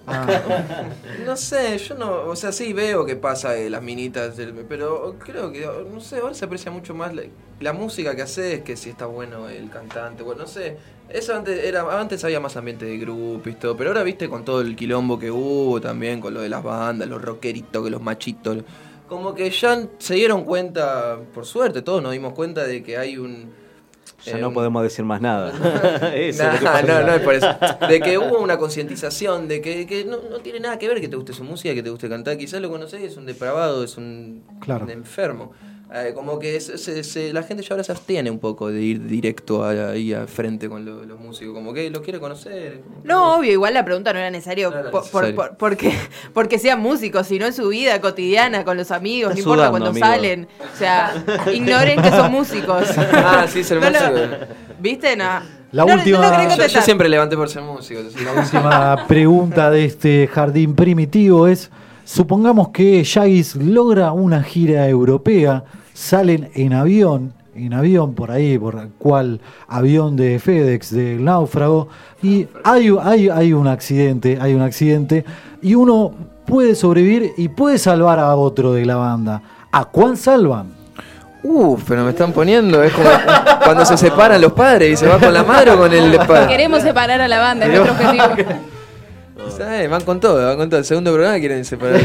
S3: Ah.
S7: No sé, yo no, o sea, sí veo que pasa eh, las minitas, del, pero creo que, no sé, ahora se aprecia mucho más la, la música que haces que si está bueno el cantante, bueno, no sé, eso antes era, antes había más ambiente de grupo y todo, pero ahora viste con todo el quilombo que hubo también, con lo de las bandas, los rockeritos, que los machitos, como que ya se dieron cuenta, por suerte, todos nos dimos cuenta de que hay un...
S8: Ya
S7: eh,
S8: no
S7: un,
S8: podemos decir más nada. Eso
S7: nah,
S8: es lo que pasa.
S7: no, no es por eso. De que hubo una concientización de que, que no, no tiene nada que ver que te guste su música, que te guste cantar. Quizás lo conocés, es un depravado, es un,
S3: Claro.
S7: un enfermo. Eh, como que se, se, se, la gente ya ahora se abstiene un poco de ir directo a, ahí a frente con lo, los músicos. Como que lo quiere conocer.
S4: No, obvio, igual la pregunta no era necesario,
S7: No era
S4: por,
S7: necesario.
S4: por- por- porque, porque sean músicos, sino en su vida cotidiana con los amigos,
S8: Está
S4: no importa
S8: sudando,
S4: cuando
S8: amigo.
S4: salen. O sea, ignoren que son músicos.
S7: Ah, sí, ser
S4: No lo-
S7: músico.
S4: ¿Viste? No.
S3: La
S4: No,
S3: última-
S4: no lo querés
S7: Yo, yo
S4: contestar.
S7: siempre levanté por ser músico. así.
S3: La última pregunta de este jardín primitivo es, supongamos que Yaguis logra una gira europea, salen en avión, en avión por ahí, por cual avión de FedEx, del náufrago, y hay, hay, hay un accidente, hay un accidente, y uno puede sobrevivir y puede salvar a otro de la banda. ¿A cuán salvan?
S7: Uf, pero me están poniendo, es como cuando se separan los padres y se va con la madre o con el padre.
S5: Queremos separar a la banda, es nuestro objetivo.
S7: ¿Sabes? Van con todo, van con todo. El segundo programa quieren separar.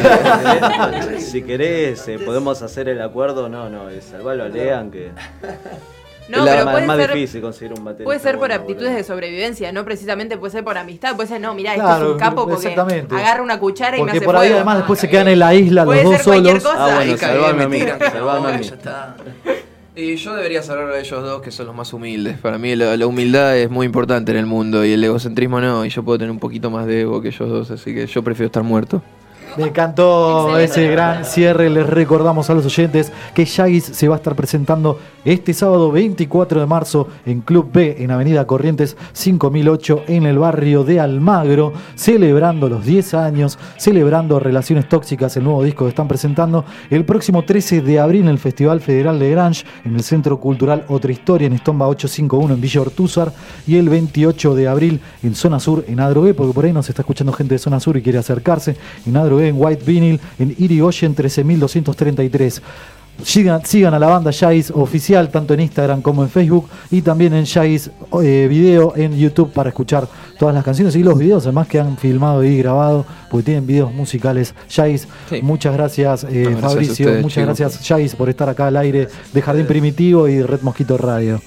S8: Si querés, eh, podemos hacer el acuerdo. No, no, eh, salvalo a Lean, que
S4: No,
S8: es
S4: pero
S8: más,
S4: puede
S8: más
S4: ser,
S8: difícil conseguir un baterista.
S4: puede ser por
S8: bueno,
S4: aptitudes de sobrevivencia, no precisamente puede ser por amistad, puede ser, no, mirá, esto
S3: Claro,
S4: es un capo porque
S3: exactamente.
S4: agarra una cuchara y me
S3: Porque
S4: hace
S3: por ahí
S4: fuego.
S3: además después se quedan en la isla los
S4: Puede
S3: dos
S4: ser cualquier
S3: solos.
S4: cosa.
S8: Ah, bueno,
S7: Ahí cagué,
S8: salvame
S7: me
S8: a mí,
S7: tiran,
S8: salvame a
S9: Ahora
S8: mí.
S9: ya está.
S7: Y yo debería salvar a ellos dos, que son los más humildes. Para mí la, la humildad es muy importante en el mundo y el egocentrismo no. Y yo puedo tener un poquito más de ego que ellos dos, así que yo prefiero estar muerto.
S3: Me encantó
S5: Excelente.
S3: ese gran cierre. Les recordamos a los oyentes que Yaguis se va a estar presentando este sábado veinticuatro de marzo en Club B, en Avenida Corrientes cinco mil ocho, en el barrio de Almagro, celebrando los diez años, celebrando Relaciones Tóxicas, el nuevo disco que están presentando. El próximo trece de abril en el Festival Federal de Grange, en el Centro Cultural Otra Historia, en Estomba ochocientos cincuenta y uno, en Villa Ortúzar. Y el veintiocho de abril en Zona Sur, en Adrogué, porque por ahí nos está escuchando gente de Zona Sur y quiere acercarse. En Adrogué, en White Vinyl, en Irigoyen trece mil doscientos treinta y tres. Sigan, sigan a la banda Yaguis oficial tanto en Instagram como en Facebook, y también en Yaguis eh, video en YouTube para escuchar todas las canciones y los videos además que han filmado y grabado, porque tienen videos musicales. Yaguis,
S7: Sí.
S3: muchas gracias, eh,
S7: No, gracias a
S3: Fabricio,
S7: ustedes,
S3: muchas
S7: chicos.
S3: gracias Yaguis por estar acá al aire de Jardín Primitivo y de Red Mosquito Radio.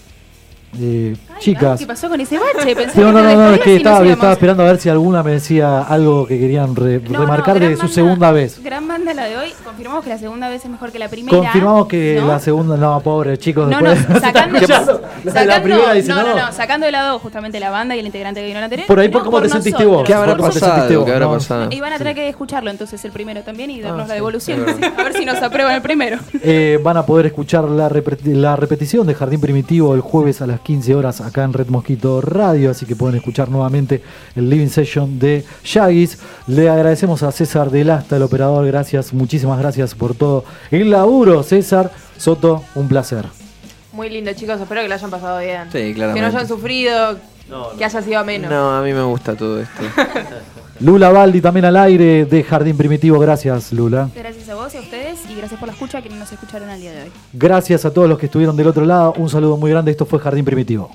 S3: Eh,
S5: Ay,
S3: chicas,
S5: ¿qué pasó con ese bache? Pensé
S3: no, no,
S5: que te
S3: no, no, es
S5: despedías
S3: que
S5: y
S3: estaba,
S5: nos íbamos.
S3: estaba esperando a ver si alguna me decía algo que querían re-
S5: No,
S3: remarcar
S5: no,
S3: de
S5: gran
S3: su
S5: banda-
S3: segunda vez.
S5: Gran banda la de hoy. Confirmamos que la segunda vez es mejor que la primera.
S3: Confirmamos que
S5: ¿no?
S3: la segunda, no, pobre chicos,
S5: No, no,
S3: después
S5: sacando,
S3: ¿Qué pasó? La,
S5: sacando,
S3: la primera dice,
S5: no,
S3: no,
S5: no, no, sacando de lado justamente la banda y el integrante que vino la anterior.
S3: Por ahí,
S5: no,
S3: ¿cómo te sentiste
S5: nosotros.
S3: vos?
S7: ¿Qué habrá
S3: ¿Cómo te
S7: pasado?
S3: sentiste vos?
S7: ¿Qué habrá
S3: No,
S7: pasado?
S5: Y van a tener que escucharlo entonces el primero también y darnos
S7: Ah,
S5: la
S7: sí,
S5: devolución.
S7: es verdad.
S5: A ver si nos aprueban el primero.
S3: Eh, van a poder escuchar la, repet- la repetición de Jardín Primitivo el jueves a las quince horas acá en Red Mosquito Radio, así que pueden escuchar nuevamente el Living Session de Yaguis. Le agradecemos a César del Asta, el operador, gracias, muchísimas gracias por todo el laburo, César. Soto, un placer.
S4: Muy lindo, chicos, espero que lo hayan pasado bien.
S7: Sí, claramente.
S4: Que no hayan sufrido,
S8: No, no.
S4: que haya sido ameno.
S7: No, a mí me gusta todo esto.
S3: Lula Baldi también al aire de Jardín Primitivo, gracias Lula.
S5: Gracias a vos y a ustedes y gracias por la escucha que nos escucharon al día de hoy.
S3: Gracias a todos los que estuvieron del otro lado, un saludo muy grande, esto fue Jardín Primitivo.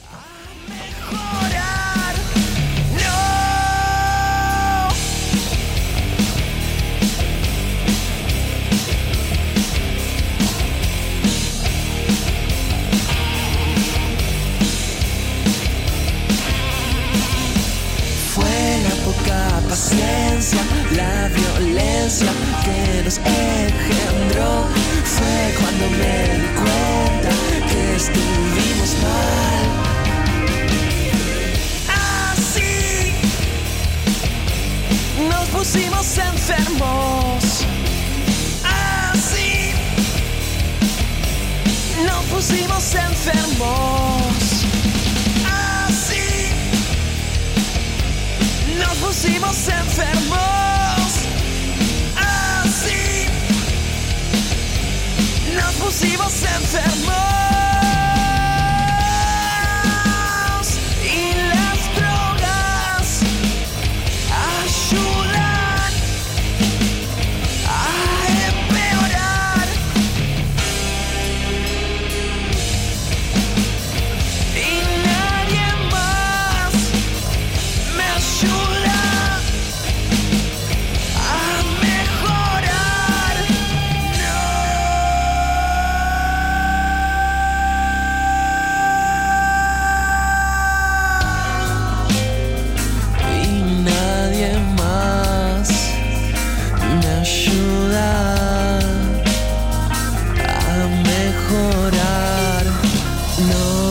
S6: Fue la poca paciencia, la violencia que nos engendró. Fue cuando me di cuenta que estuvimos mal. Así nos pusimos enfermos. Así nos pusimos enfermos. Así nos pusimos enfermos. Así nos pusimos enfermos. Y las drogas
S13: mejorar. No.